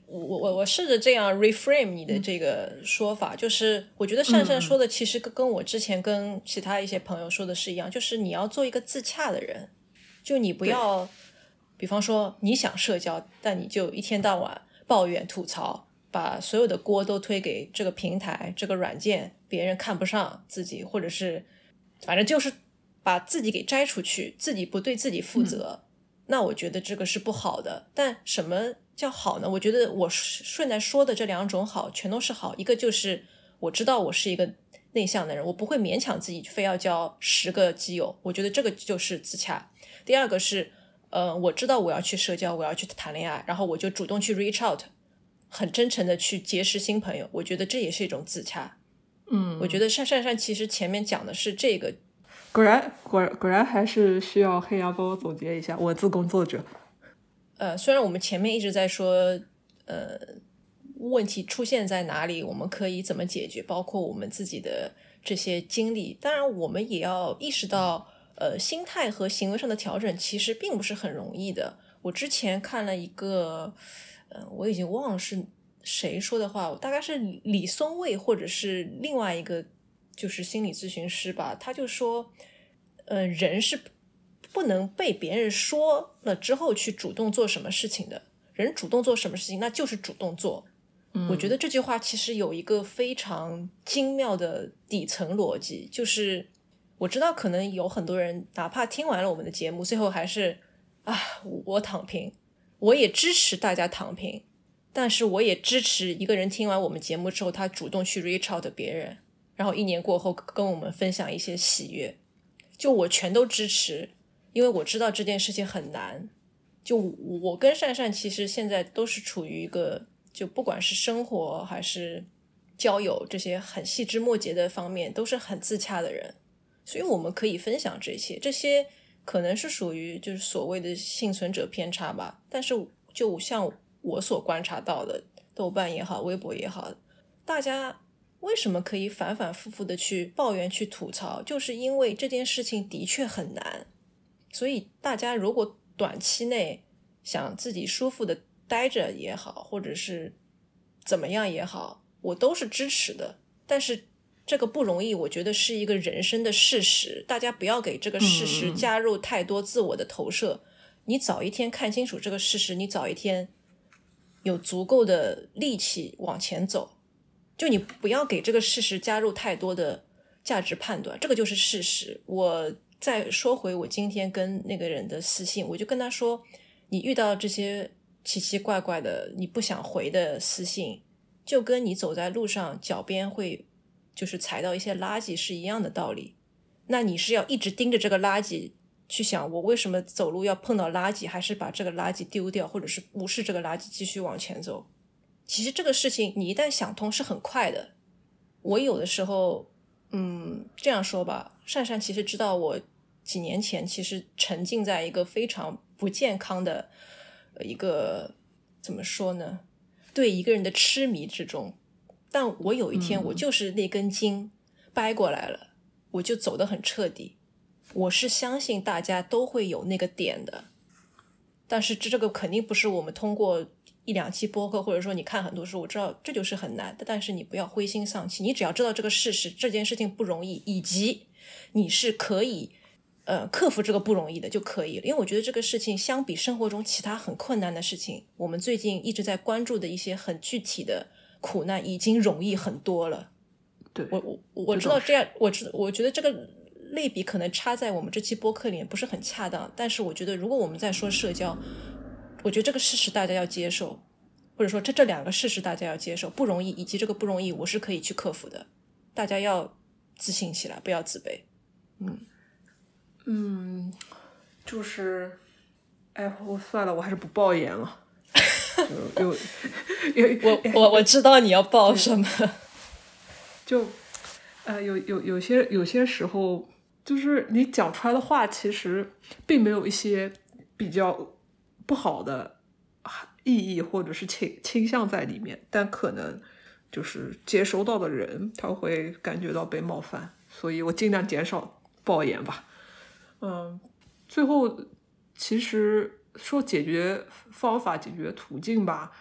我我我试着这样 reframe 你的这个说法，嗯、就是我觉得善善说的其实跟跟我之前跟其他一些朋友说的是一样，就是你要做一个自洽的人，就你不要，比方说你想社交，但你就一天到晚抱怨吐槽，把所有的锅都推给这个平台这个软件，别人看不上自己，或者是反正就是把自己给摘出去，自己不对自己负责、嗯、那我觉得这个是不好的。但什么叫好呢？我觉得我顺带说的这两种好全都是好。一个就是我知道我是一个内向的人，我不会勉强自己非要交十个基友，我觉得这个就是自洽。第二个是呃，我知道我要去社交，我要去谈恋爱，然后我就主动去 reach out， 很真诚的去结识新朋友，我觉得这也是一种自洽。 嗯， 我觉得善善善其实前面讲的是这个。 果然果然果然还是需要黑羊帮我总结一下，文字工作者。 呃，虽然我们前面一直在说，呃，问题出现在哪里，我们可以怎么解决，包括我们自己的这些经历。当然，我们也要意识到，呃，心态和行为上的调整其实并不是很容易的。我之前看了一个，呃，我已经忘了是谁说的话，大概是李松蔚或者是另外一个就是心理咨询师吧，他就说，呃，人是不能被别人说了之后去主动做什么事情的，人主动做什么事情那就是主动做。 嗯， 我觉得这句话其实有一个非常精妙的底层逻辑，就是我知道可能有很多人哪怕听完了我们的节目最后还是啊，我躺平，我也支持大家躺平，但是我也支持一个人听完我们节目之后他主动去 reach out 别人，然后一年过后跟我们分享一些喜悦，就我全都支持，因为我知道这件事情很难。就我跟善善其实现在都是处于一个就不管是生活还是交友这些很细枝末节的方面都是很自洽的人，所以我们可以分享这些这些可能是属于就是所谓的幸存者偏差吧，但是就像我所观察到的，豆瓣也好微博也好，大家为什么可以反反复复的去抱怨去吐槽，就是因为这件事情的确很难。所以大家如果短期内想自己舒服的待着也好，或者是怎么样也好，我都是支持的。但是这个不容易，我觉得是一个人生的事实，大家不要给这个事实加入太多自我的投射、嗯、你早一天看清楚这个事实，你早一天有足够的力气往前走，就你不要给这个事实加入太多的价值判断，这个就是事实。我再说回我今天跟那个人的私信，我就跟他说，你遇到这些奇奇怪怪的你不想回的私信，就跟你走在路上脚边会就是踩到一些垃圾是一样的道理。那你是要一直盯着这个垃圾去想我为什么走路要碰到垃圾，还是把这个垃圾丢掉，或者是无视这个垃圾继续往前走。其实这个事情你一旦想通是很快的。我有的时候嗯，这样说吧，善善其实知道我几年前其实沉浸在一个非常不健康的一个怎么说呢，对一个人的痴迷之中。但我有一天我就是那根筋掰过来了、嗯、我就走得很彻底。我是相信大家都会有那个点的，但是这个肯定不是我们通过一两期播客或者说你看很多书，我知道这就是很难的，但是你不要灰心丧气，你只要知道这个事实，这件事情不容易，以及你是可以呃克服这个不容易的就可以了。因为我觉得这个事情相比生活中其他很困难的事情，我们最近一直在关注的一些很具体的苦难已经容易很多了。 对， 我我我知道这样，我知我觉得这个类比可能插在我们这期播客里面不是很恰当，但是我觉得如果我们在说社交，我觉得这个事实大家要接受，或者说这这两个事实大家要接受，不容易以及这个不容易我是可以去克服的，大家要自信起来，不要自卑。嗯嗯，就是哎，我算了，我还是不抱怨了。有有有我我我知道你要报什么。 就呃有有有些有些时候，就是你讲出来的话，其实并没有一些比较不好的意义或者是倾倾向在里面，但可能就是接收到的人他会感觉到被冒犯，所以我尽量减少抱怨吧。嗯，最后其实说解决方法、解决途径吧，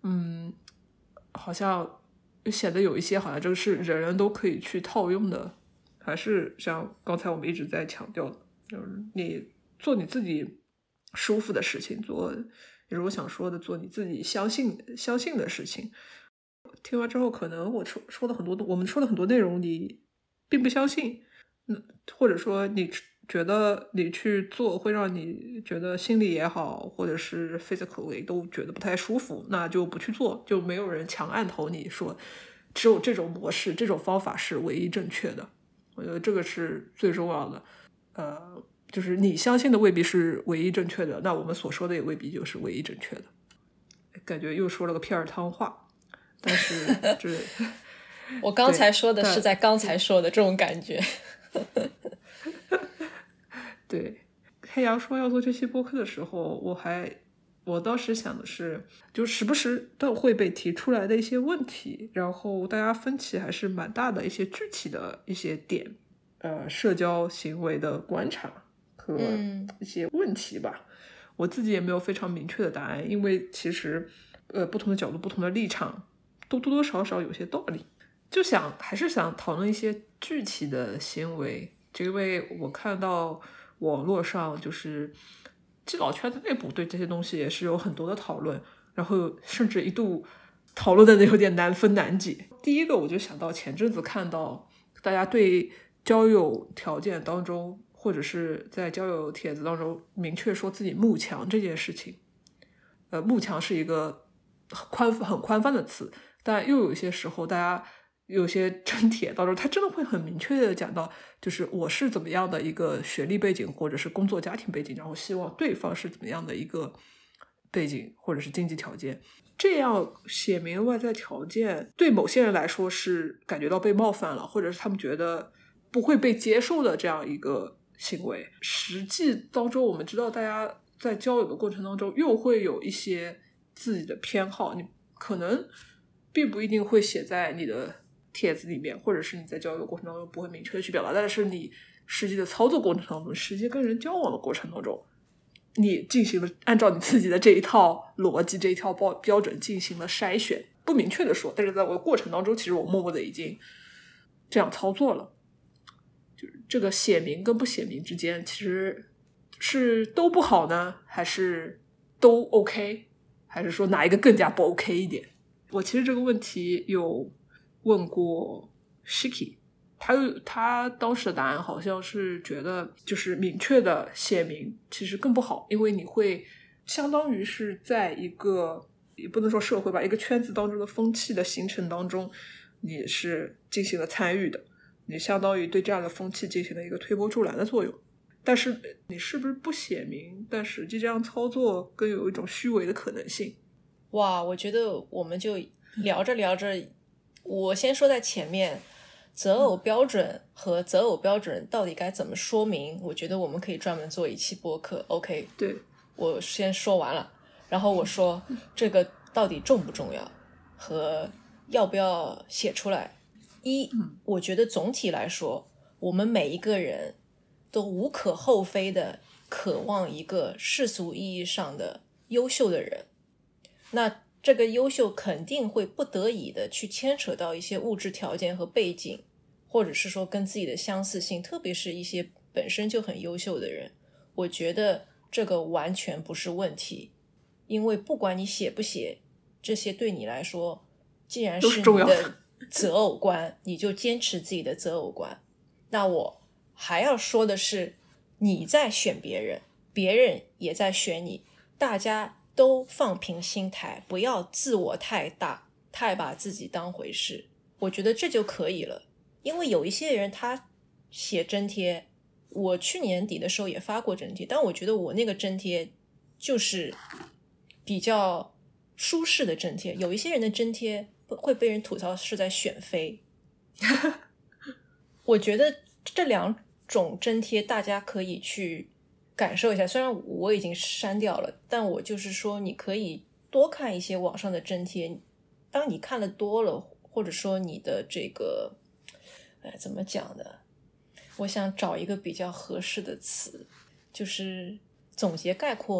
嗯，好像显得有一些好像这个是人人都可以去套用的，还是像刚才我们一直在强调的，就是你做你自己舒服的事情，做也是我想说的，做你自己相信相信的事情。听完之后，可能我说说的很多，我们说的很多内容你并不相信，嗯，或者说你觉得你去做会让你觉得心里也好，或者是 physically 都觉得不太舒服，那就不去做，就没有人强按头你说只有这种模式这种方法是唯一正确的。我觉得这个是最重要的，呃，就是你相信的未必是唯一正确的，那我们所说的也未必就是唯一正确的。感觉又说了个片儿汤话，但是这我刚才说的是在刚才说的这种感觉。 对，黑羊说要做这期播客的时候，我还我当时想的是，就时不时都会被提出来的一些问题，然后大家分歧还是蛮大的一些具体的一些点，呃，社交行为的观察和一些问题吧。嗯，我自己也没有非常明确的答案，因为其实呃不同的角度不同的立场都多多少少有些道理，就想还是想讨论一些具体的行为，就因为我看到网络上就是基佬圈子内部对这些东西也是有很多的讨论，然后甚至一度讨论的有点难分难解。第一个我就想到前阵子看到大家对交友条件当中或者是在交友帖子当中明确说自己慕强这件事情，呃，慕强是一个宽很宽泛的词，但又有一些时候大家有些真帖当中他真的会很明确的讲到，就是我是怎么样的一个学历背景或者是工作家庭背景，然后希望对方是怎么样的一个背景或者是经济条件，这样写明外在条件对某些人来说是感觉到被冒犯了，或者是他们觉得不会被接受的这样一个行为。实际当中我们知道大家在交友的过程当中又会有一些自己的偏好，你可能并不一定会写在你的帖子里面，或者是你在交友过程当中不会明确的去表达，但是你实际的操作过程当中，实际跟人交往的过程当中，你进行了按照你自己的这一套逻辑这一套标准进行了筛选，不明确的说，但是在我的过程当中其实我默默的已经这样操作了。就是这个写明跟不写明之间其实是都不好呢，还是都 OK， 还是说哪一个更加不 OK 一点？我其实这个问题有问过 Shiki， 他他当时的答案好像是觉得就是明确的写明其实更不好，因为你会相当于是在一个也不能说社会吧，一个圈子当中的风气的形成当中你是进行了参与的，你相当于对这样的风气进行了一个推波助澜的作用。但是你是不是不写明，但实际这样操作更有一种虚伪的可能性。 哇，我觉得我们就聊着聊着，我先说在前面，择偶标准和择偶标准到底该怎么说明，我觉得我们可以专门做一期播客。 OK， 对， 我先说完了，然后我说这个到底重不重要和要不要写出来。一，我觉得总体来说我们每一个人都无可厚非的渴望一个世俗意义上的优秀的人，那这个优秀肯定会不得已的去牵扯到一些物质条件和背景，或者是说跟自己的相似性，特别是一些本身就很优秀的人，我觉得这个完全不是问题。因为不管你写不写，这些对你来说既然是你的择偶观，你就坚持自己的择偶观。那我还要说的是，你在选别人，别人也在选你，大家都放平心态，不要自我太大，太把自己当回事，我觉得这就可以了。因为有一些人他写真贴，我去年底的时候也发过真贴，但我觉得我那个真贴就是比较舒适的真贴，有一些人的真贴会被人吐槽是在选妃我觉得这两种真贴大家可以去感受一下，虽然我已经删掉了，但我就是说你可以多看一些网上的真贴，当你看了多了，或者说你的这个哎怎么讲呢，我想找一个比较合适的词，就是总结概括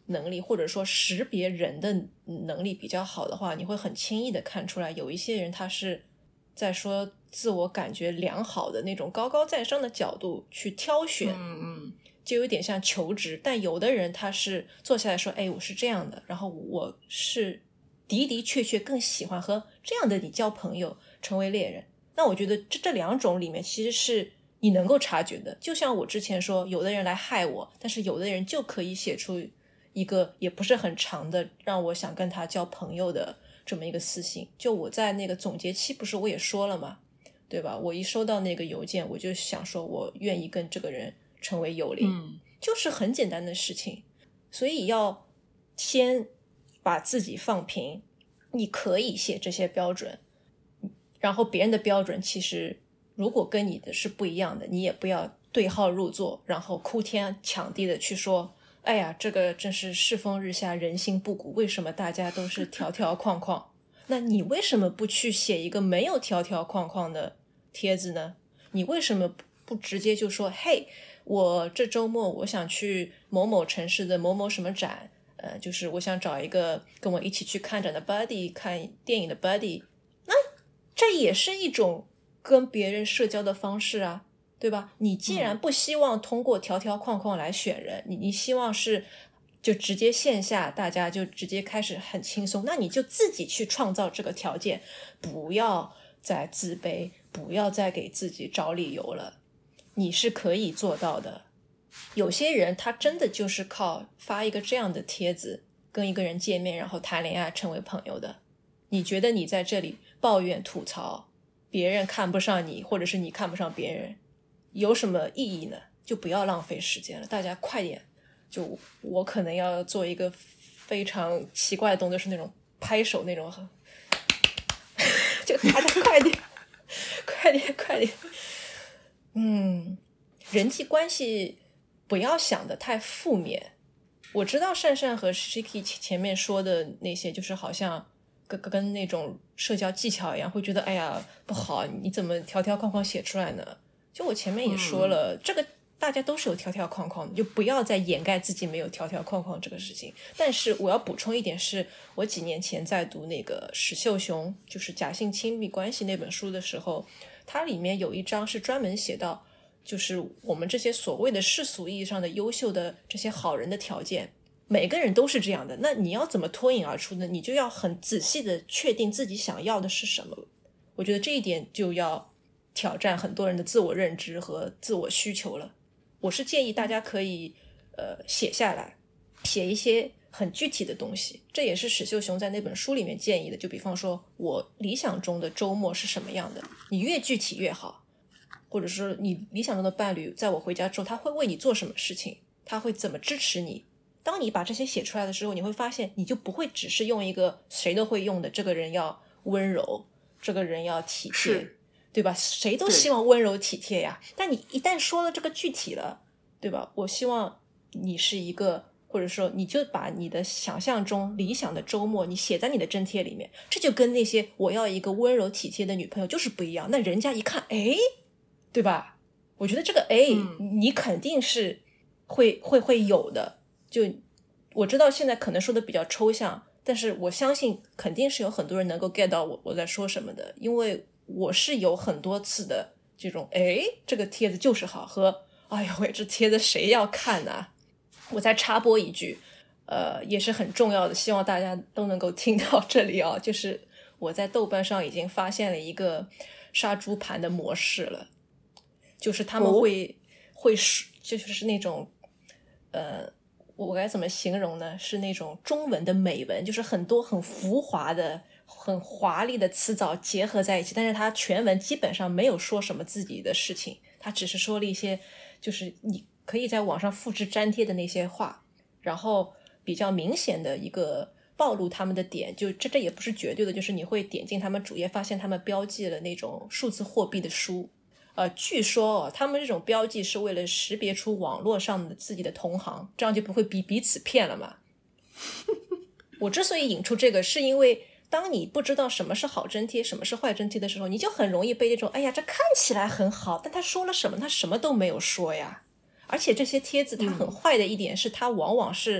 能力或者说识别人的能力比较好的话，你会很轻易的看出来有一些人他是在说自我感觉良好的那种高高在上的角度去挑选， 嗯嗯， 就有点像求职。但有的人他是坐下来说，哎，我是这样的，然后我是的的确确更喜欢和这样的你交朋友，成为恋人。那我觉得这这两种里面其实是你能够察觉的。就像我之前说，有的人来害我，但是有的人就可以写出一个也不是很长的让我想跟他交朋友的这么一个私信。就我在那个总结期不是我也说了嘛，对吧？我一收到那个邮件，我就想说我愿意跟这个人成为友邻、 嗯、 就是很简单的事情。所以要先把自己放平，你可以写这些标准，然后别人的标准其实如果跟你的是不一样的，你也不要对号入座，然后哭天抢地的去说，哎呀，这个真是世风日下，人心不古，为什么大家都是条条框框？那你为什么不去写一个没有条条框框的帖子呢？你为什么不直接就说，嘿，我这周末我想去某某城市的某某什么展，呃，就是我想找一个跟我一起去看展的 buddy， 看电影的 buddy， 那这也是一种跟别人社交的方式啊，对吧？你既然不希望通过条条框框来选人，你你希望是就直接线下大家就直接开始很轻松，那你就自己去创造这个条件，不要再自卑，不要再给自己找理由了，你是可以做到的。有些人他真的就是靠发一个这样的帖子跟一个人见面，然后谈恋爱成为朋友的。你觉得你在这里抱怨吐槽别人看不上你，或者是你看不上别人，有什么意义呢？就不要浪费时间了，大家快点。就我可能要做一个非常奇怪的动作，是那种拍手那种就大家快点快点快点。嗯，人际关系不要想的太负面。我知道善善和 Shiki 前面说的那些就是好像跟跟那种社交技巧一样，会觉得哎呀不好，你怎么条条框框写出来呢？就我前面也说了、嗯、这个大家都是有条条框框的，就不要再掩盖自己没有条条框框这个事情。但是我要补充一点，是我几年前在读那个史秀雄就是假性亲密关系那本书的时候，它里面有一章是专门写到就是我们这些所谓的世俗意义上的优秀的这些好人的条件，每个人都是这样的，那你要怎么脱颖而出呢？你就要很仔细的确定自己想要的是什么。我觉得这一点就要挑战很多人的自我认知和自我需求了。我是建议大家可以呃写下来，写一些很具体的东西，这也是史秀雄在那本书里面建议的。就比方说我理想中的周末是什么样的，你越具体越好。或者说你理想中的伴侣在我回家之后他会为你做什么事情，他会怎么支持你。当你把这些写出来的时候，你会发现你就不会只是用一个谁都会用的这个人要温柔，这个人要体贴，对吧？谁都希望温柔体贴呀。但你一旦说了这个具体了，对吧？我希望你是一个，或者说你就把你的想象中理想的周末你写在你的真贴里面，这就跟那些我要一个温柔体贴的女朋友就是不一样。那人家一看，哎，对吧？我觉得这个哎、嗯，你肯定是会会会有的。就我知道现在可能说的比较抽象，但是我相信肯定是有很多人能够 get 到我我在说什么的，因为我是有很多次的这种哎，这个帖子就是好，和哎呀喂，这帖子谁要看啊？我再插播一句，呃，也是很重要的，希望大家都能够听到这里啊，就是我在豆瓣上已经发现了一个杀猪盘的模式了。就是他们会、哦、会就是那种呃，我该怎么形容呢？是那种中文的美文，就是很多很浮华的很华丽的词藻结合在一起，但是他全文基本上没有说什么自己的事情，他只是说了一些就是你可以在网上复制粘贴的那些话，然后比较明显的一个暴露他们的点，就这这也不是绝对的，就是你会点进他们主页发现他们标记了那种数字货币的书。呃，据说哦，他们这种标记是为了识别出网络上的自己的同行，这样就不会彼彼此骗了嘛。我之所以引出这个，是因为当你不知道什么是好真贴，什么是坏真贴的时候，你就很容易被这种哎呀，这看起来很好，但他说了什么？他什么都没有说呀。而且这些帖子它很坏的一点是，它往往是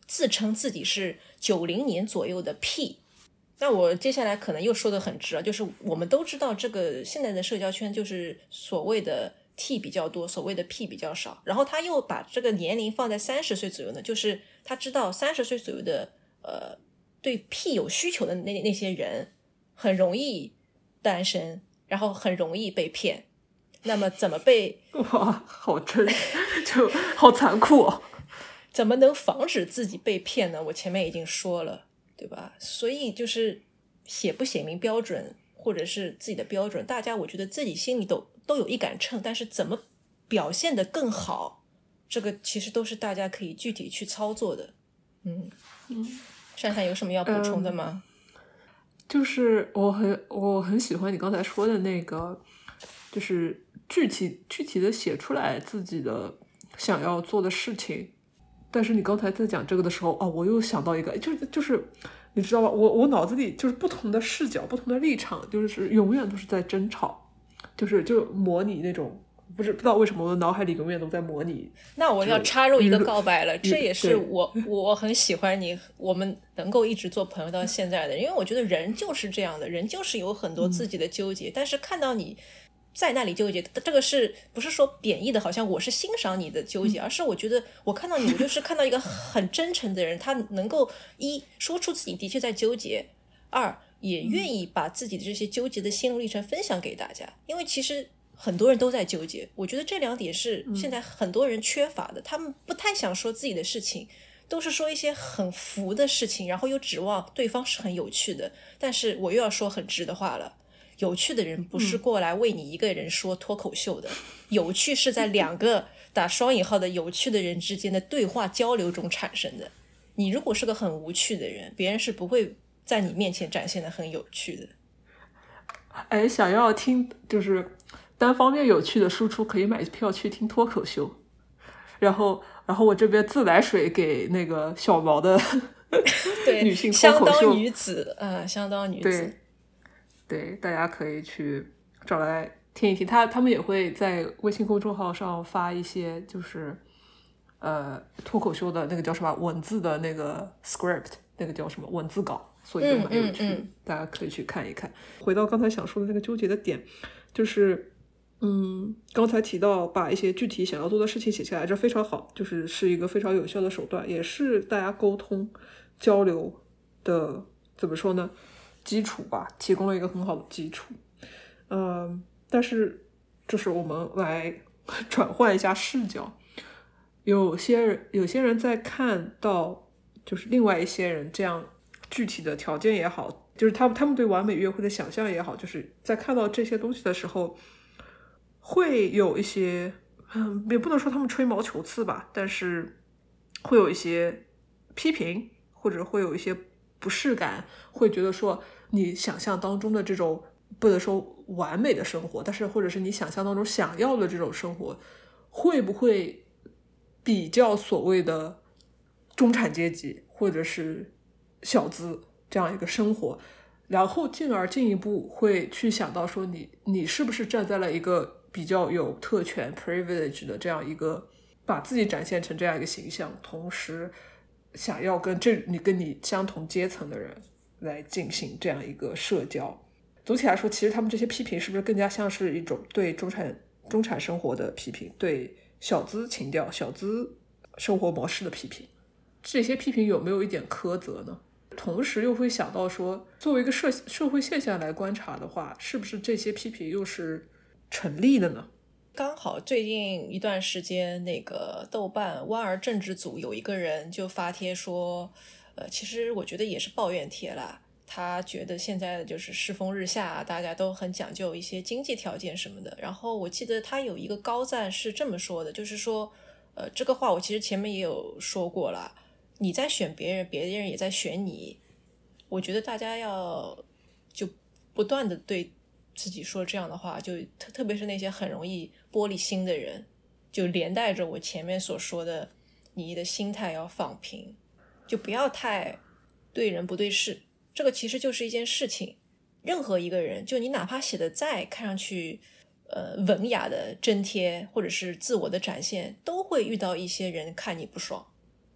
自称自己是九零年左右的 P。那我接下来可能又说的很直啊，就是我们都知道这个现在的社交圈就是所谓的 T 比较多，所谓的 P 比较少。然后他又把这个年龄放在三十岁左右呢，就是他知道三十岁左右的呃对 P 有需求的那那些人很容易单身，然后很容易被骗。那么怎么被哇，好真，就好残酷哦。 怎么能防止自己被骗呢？我前面已经说了，对吧？所以就是写不写明标准，或者是自己的标准，大家我觉得自己心里都都有一杆秤，但是怎么表现得更好，这个其实都是大家可以具体去操作的。嗯嗯，珊珊有什么要补充的吗？ 嗯、就是我很我很喜欢你刚才说的那个，就是具体具体的写出来自己的想要做的事情。但是你刚才在讲这个的时候，哦，我又想到一个，就是就是你知道吧，我我脑子里就是不同的视角、不同的立场，就是永远都是在争吵，就是就模拟那种，不是不知道为什么我的脑海里永远都在模拟。 那我要插入一个告白了，这也是我我很喜欢你，我们能够一直做朋友到现在的，因为我觉得人就是这样的，人就是有很多自己的纠结，嗯、但是看到你在那里纠结，这个是不是说贬义的，好像我是欣赏你的纠结，而是我觉得我看到你，我就是看到一个很真诚的人，他能够一说出自己的确在纠结，二也愿意把自己的这些纠结的心路历程分享给大家，因为其实很多人都在纠结，我觉得这两点是现在很多人缺乏的，他们不太想说自己的事情，都是说一些很浮的事情，然后又指望对方是很有趣的，但是我又要说很直的话了，有趣的人不是过来为你一个人说脱口秀的，嗯、有趣是在两个打双引号的有趣的人之间的对话交流中产生的。你如果是个很无趣的人，别人是不会在你面前展现的很有趣的。 哎，想要听就是单方面有趣的输出，可以买票去听脱口秀。然后，然后我这边自来水给那个小毛的女性脱口秀， 相当女子啊、呃，相当女子。 对。对，大家可以去找来听一听，他他们也会在微信公众号上发一些就是呃脱口秀的那个叫什么文字的那个 script， 那个叫什么文字稿，所以就蛮有趣、嗯嗯嗯、大家可以去看一看。回到刚才想说的那个纠结的点，就是嗯刚才提到把一些具体想要做的事情写下来，这非常好，就是是一个非常有效的手段，也是大家沟通交流的怎么说呢基础吧，提供了一个很好的基础。嗯，但是就是我们来转换一下视角，有些人有些人在看到就是另外一些人这样具体的条件也好，就是他们他们对完美约会的想象也好，就是在看到这些东西的时候会有一些嗯，也不能说他们吹毛求疵吧，但是会有一些批评，或者会有一些不适感，会觉得说你想象当中的这种不能说完美的生活，但是或者是你想象当中想要的这种生活，会不会比较所谓的中产阶级或者是小资这样一个生活，然后进而进一步会去想到说你你是不是站在了一个比较有特权 privilege 的这样一个，把自己展现成这样一个形象，同时想要跟这你跟你相同阶层的人来进行这样一个社交。总体来说，其实他们这些批评是不是更加像是一种对中产中产生活的批评，对小资情调小资生活模式的批评？这些批评有没有一点苛责呢？同时又会想到说，作为一个社社会现象来观察的话，是不是这些批评又是成立的呢？ 刚好最近一段时间，那个豆瓣弯儿政治组有一个人就发帖说，呃，其实我觉得也是抱怨帖啦。他觉得现在就是世风日下，大家都很讲究一些经济条件什么的。然后我记得他有一个高赞是这么说的，就是说，呃，这个话我其实前面也有说过了。你在选别人，别人也在选你。我觉得大家要就不断的对自己说这样的话，就特特别是那些很容易玻璃心的人，就连带着我前面所说的，你的心态要放平，就不要太对人不对事。这个其实就是一件事情，任何一个人，就你哪怕写的再看上去呃文雅的真贴或者是自我的展现，都会遇到一些人看你不爽。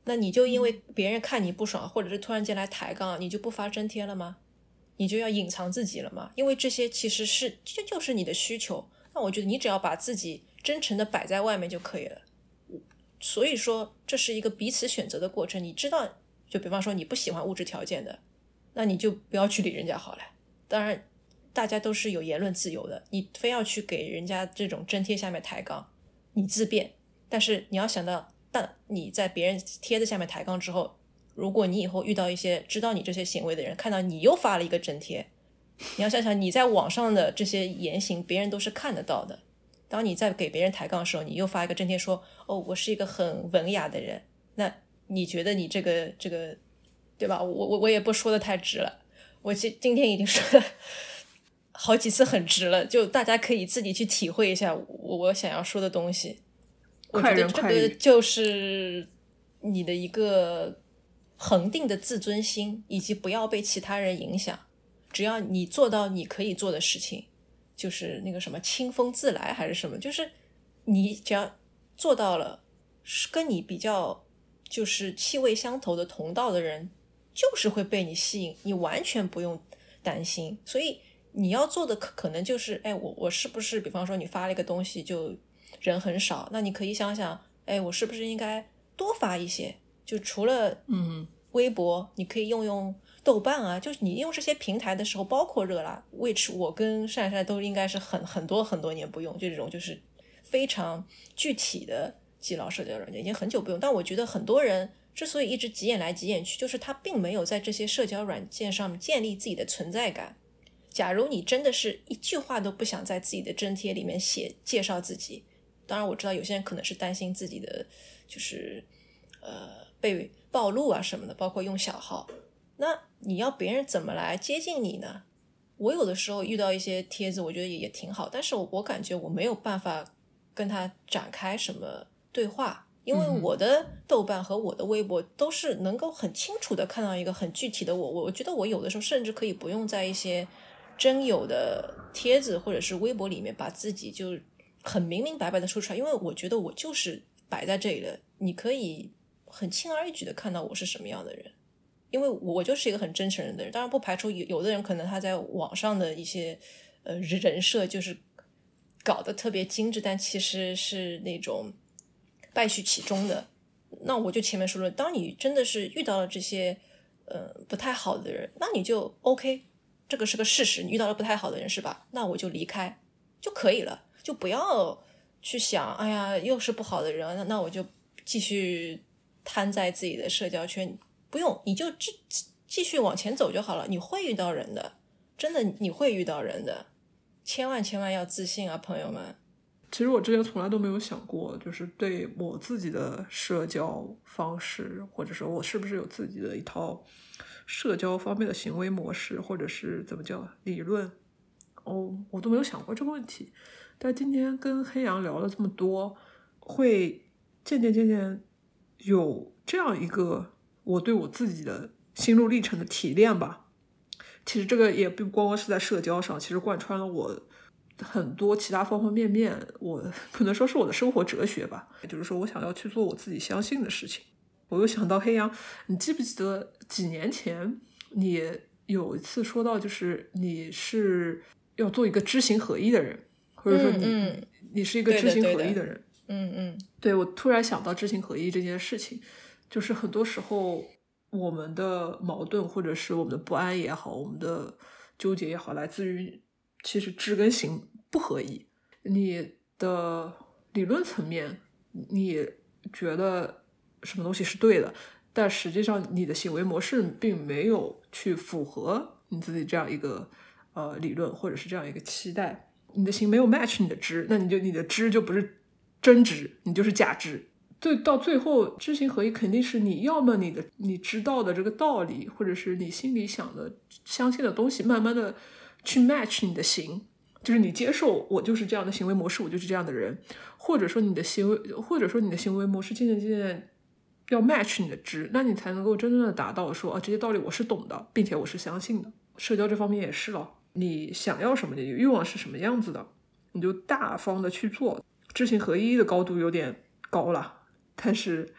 那你就因为别人看你不爽，或者是突然间来抬杠，你就不发真贴了吗？你就要隐藏自己了吗？因为这些其实是这就是你的需求。那我觉得你只要把自己真诚的摆在外面就可以了。所以说这是一个彼此选择的过程。你知道，就比方说你不喜欢物质条件的，那你就不要去理人家好了。当然大家都是有言论自由的，你非要去给人家这种真贴下面抬杠，你自便。但是你要想到，但你在别人贴子下面抬杠之后，如果你以后遇到一些知道你这些行为的人，看到你又发了一个真贴，你要想想你在网上的这些言行别人都是看得到的。当你在给别人抬杠的时候，你又发一个真贴说，哦，我是一个很文雅的人，那你觉得你这个这个对吧？我我我也不说的太直了，我今今天已经说了好几次很直了，就大家可以自己去体会一下我我想要说的东西。我觉得这个就是你的一个恒定的自尊心，以及不要被其他人影响。只要你做到你可以做的事情，就是那个什么清风自来还是什么，就是你只要做到了，跟你比较就是气味相投的同道的人就是会被你吸引，你完全不用担心。所以你要做的可可能就是哎，我我是不是比方说你发了一个东西就人很少，那你可以想想，哎，我是不是应该多发一些？就除了嗯微博，你可以用用豆瓣啊，就是你用这些平台的时候，包括热辣 which 我跟善善都应该是很很多很多年不用，就这种就是非常具体的基佬社交软件已经很久不用。但我觉得很多人之所以一直急眼来急眼去，就是他并没有在这些社交软件上面建立自己的存在感。假如你真的是一句话都不想在自己的真贴里面写介绍自己，当然我知道有些人可能是担心自己的就是呃被暴露啊什么的，包括用小号，那你要别人怎么来接近你呢？我有的时候遇到一些帖子我觉得 也, 也挺好，但是我我感觉我没有办法跟他展开什么对话，因为我的豆瓣和我的微博都是能够很清楚的看到一个很具体的我，我觉得我有的时候甚至可以不用在一些真有的帖子或者是微博里面把自己就很明明白白的说出来，因为我觉得我就是摆在这里的，你可以很轻而易举的看到我是什么样的人，因为我就是一个很真诚人的人。当然不排除有有的人可能他在网上的一些呃人设就是搞得特别精致，但其实是那种败絮其中的。那我就前面说了，当你真的是遇到了这些呃不太好的人，那你就 OK， 这个是个事实，你遇到了不太好的人是吧？那我就离开就可以了，就不要去想哎呀又是不好的人，那那我就继续瘫在自己的社交圈，不用，你就继续往前走就好了。你会遇到人的，真的你会遇到人的，千万千万要自信啊朋友们。 其实我之前从来都没有想过，就是对我自己的社交方式，或者说我是不是有自己的一套社交方面的行为模式，或者是怎么叫理论，哦，我都没有想过这个问题。但今天跟黑羊聊了这么多，会渐渐渐渐有这样一个我对我自己的心路历程的提炼吧。其实这个也不光光是在社交上，其实贯穿了我很多其他方方面面，我可能说是我的生活哲学吧。也就是说我想要去做我自己相信的事情。我又想到黑羊，你记不记得几年前你有一次说到，就是你是要做一个知行合一的人，或者说你、 嗯嗯、 你是一个知行合一的人。 嗯嗯， 对，我突然想到知行合一这件事情，就是很多时候我们的矛盾或者是我们的不安也好，我们的纠结也好，来自于其实知跟行不合一。你的理论层面你觉得什么东西是对的，但实际上你的行为模式并没有去符合你自己这样一个呃理论或者是这样一个期待，你的行没有 match 你的知，那你就你的知就不是真知，你就是假知。对，到最后知行合一肯定是你要么你的你知道的这个道理，或者是你心里想的相信的东西慢慢的去 match 你的行，就是你接受我就是这样的行为模式，我就是这样的人，或者说你的行为或者说你的行为模式渐渐渐渐要 match 你的知，那你才能够真正的达到说啊这些道理我是懂的，并且我是相信的。社交这方面也是了，你想要什么的欲望是什么样子的，你就大方的去做。知行合一的高度有点高了，但是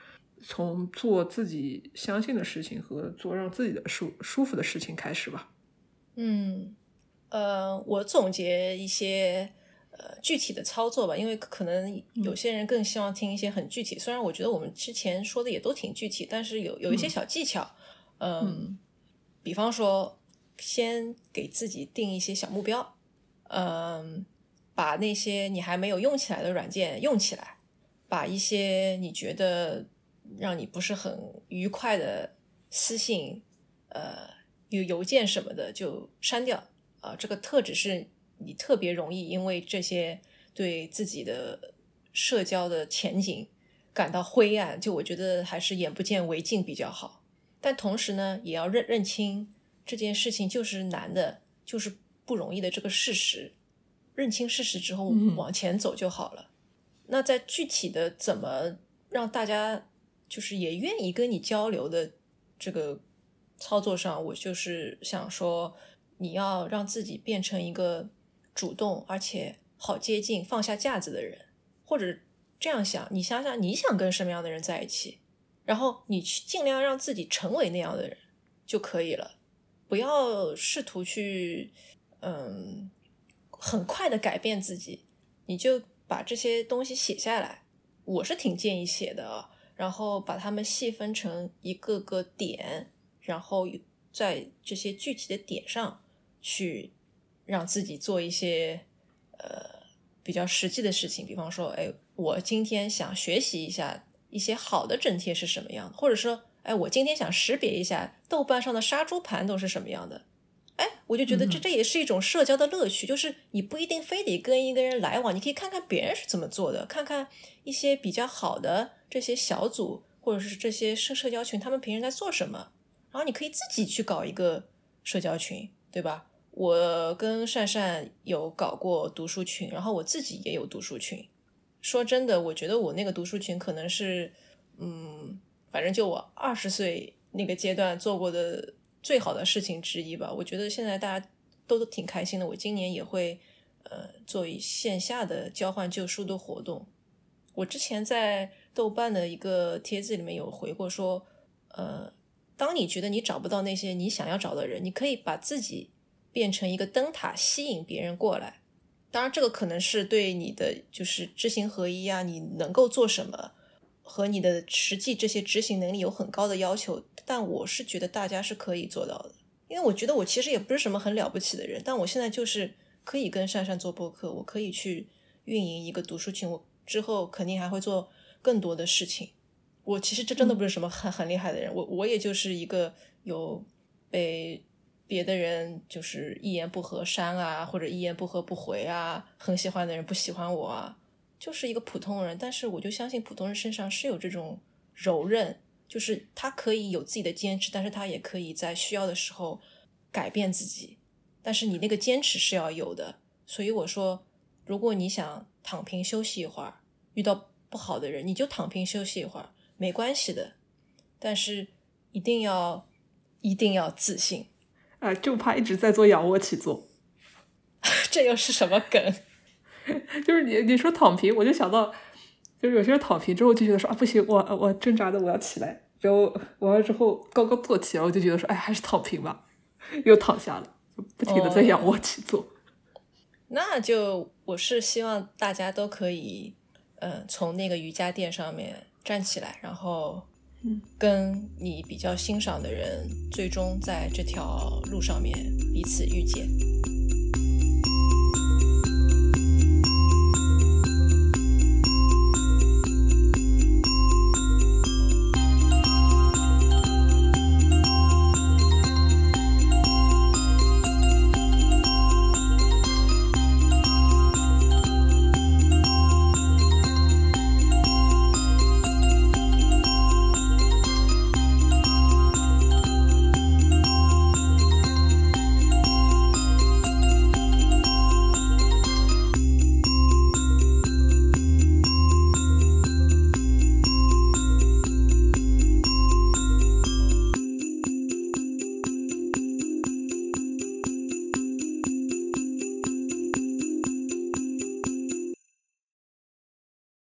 从做自己相信的事情和做让自己的舒舒服的事情开始吧。 嗯，呃，我总结一些呃具体的操作吧，因为可能有些人更希望听一些很具体，嗯、虽然我觉得我们之前说的也都挺具体，但是有有一些小技巧，嗯，嗯比方说先给自己定一些小目标，嗯，把那些你还没有用起来的软件用起来，把一些你觉得让你不是很愉快的私信，呃，有邮件什么的就删掉啊、呃。这个特指是你特别容易因为这些对自己的社交的前景感到灰暗，就我觉得还是眼不见为净比较好。但同时呢，也要认认清这件事情就是难的，就是不容易的这个事实。认清事实之后往前走就好了。嗯、那在具体的怎么让大家就是也愿意跟你交流的这个操作上，我就是想说你要让自己变成一个主动而且好接近放下架子的人，或者这样想，你想想你想跟什么样的人在一起，然后你去尽量让自己成为那样的人就可以了，不要试图去嗯很快的改变自己，你就把这些东西写下来，我是挺建议写的啊，然后把它们细分成一个个点，然后在这些具体的点上去让自己做一些呃比较实际的事情，比方说，哎，我今天想学习一下一些好的整帖是什么样的，或者说，哎，我今天想识别一下豆瓣上的杀猪盘都是什么样的。哎，我就觉得这这也是一种社交的乐趣，就是你不一定非得跟一个人来往，你可以看看别人是怎么做的，看看一些比较好的这些小组或者是这些社社交群，他们平时在做什么，然后你可以自己去搞一个社交群，对吧？我跟善善有搞过读书群，然后我自己也有读书群。说真的，我觉得我那个读书群可能是，嗯，反正就我二十岁那个阶段做过的最好的事情之一吧。我觉得现在大家都都挺开心的。我今年也会呃做一线下的交换旧书的活动。我之前在豆瓣的一个帖子里面有回过说，呃，当你觉得你找不到那些你想要找的人，你可以把自己变成一个灯塔，吸引别人过来。当然这个可能是对你的就是知行合一啊，你能够做什么和你的实际这些执行能力有很高的要求，但我是觉得大家是可以做到的。因为我觉得我其实也不是什么很了不起的人，但我现在就是可以跟珊珊做播客，我可以去运营一个读书群，我之后肯定还会做更多的事情。我其实这真的不是什么很很厉害的人，我我也就是一个有被别的人就是一言不合删啊，或者一言不合不回啊，很喜欢的人不喜欢我啊，就是一个普通人。但是我就相信普通人身上是有这种柔韧，就是他可以有自己的坚持，但是他也可以在需要的时候改变自己，但是你那个坚持是要有的。所以我说，如果你想躺平休息一会儿，遇到不好的人你就躺平休息一会儿，没关系的，但是一定要一定要自信啊，就怕一直在做仰卧起坐。 这又是什么梗？ 就是你你说躺平，我就想到，就是有些人躺平之后就觉得说啊不行，我我挣扎的我要起来，然后完了之后刚刚坐起来，我就觉得说哎还是躺平吧，又躺下了，就不停的在仰卧起坐。 哦、那就我是希望大家都可以，呃，从那个瑜伽垫上面站起来，然后跟你比较欣赏的人最终在这条路上面彼此遇见。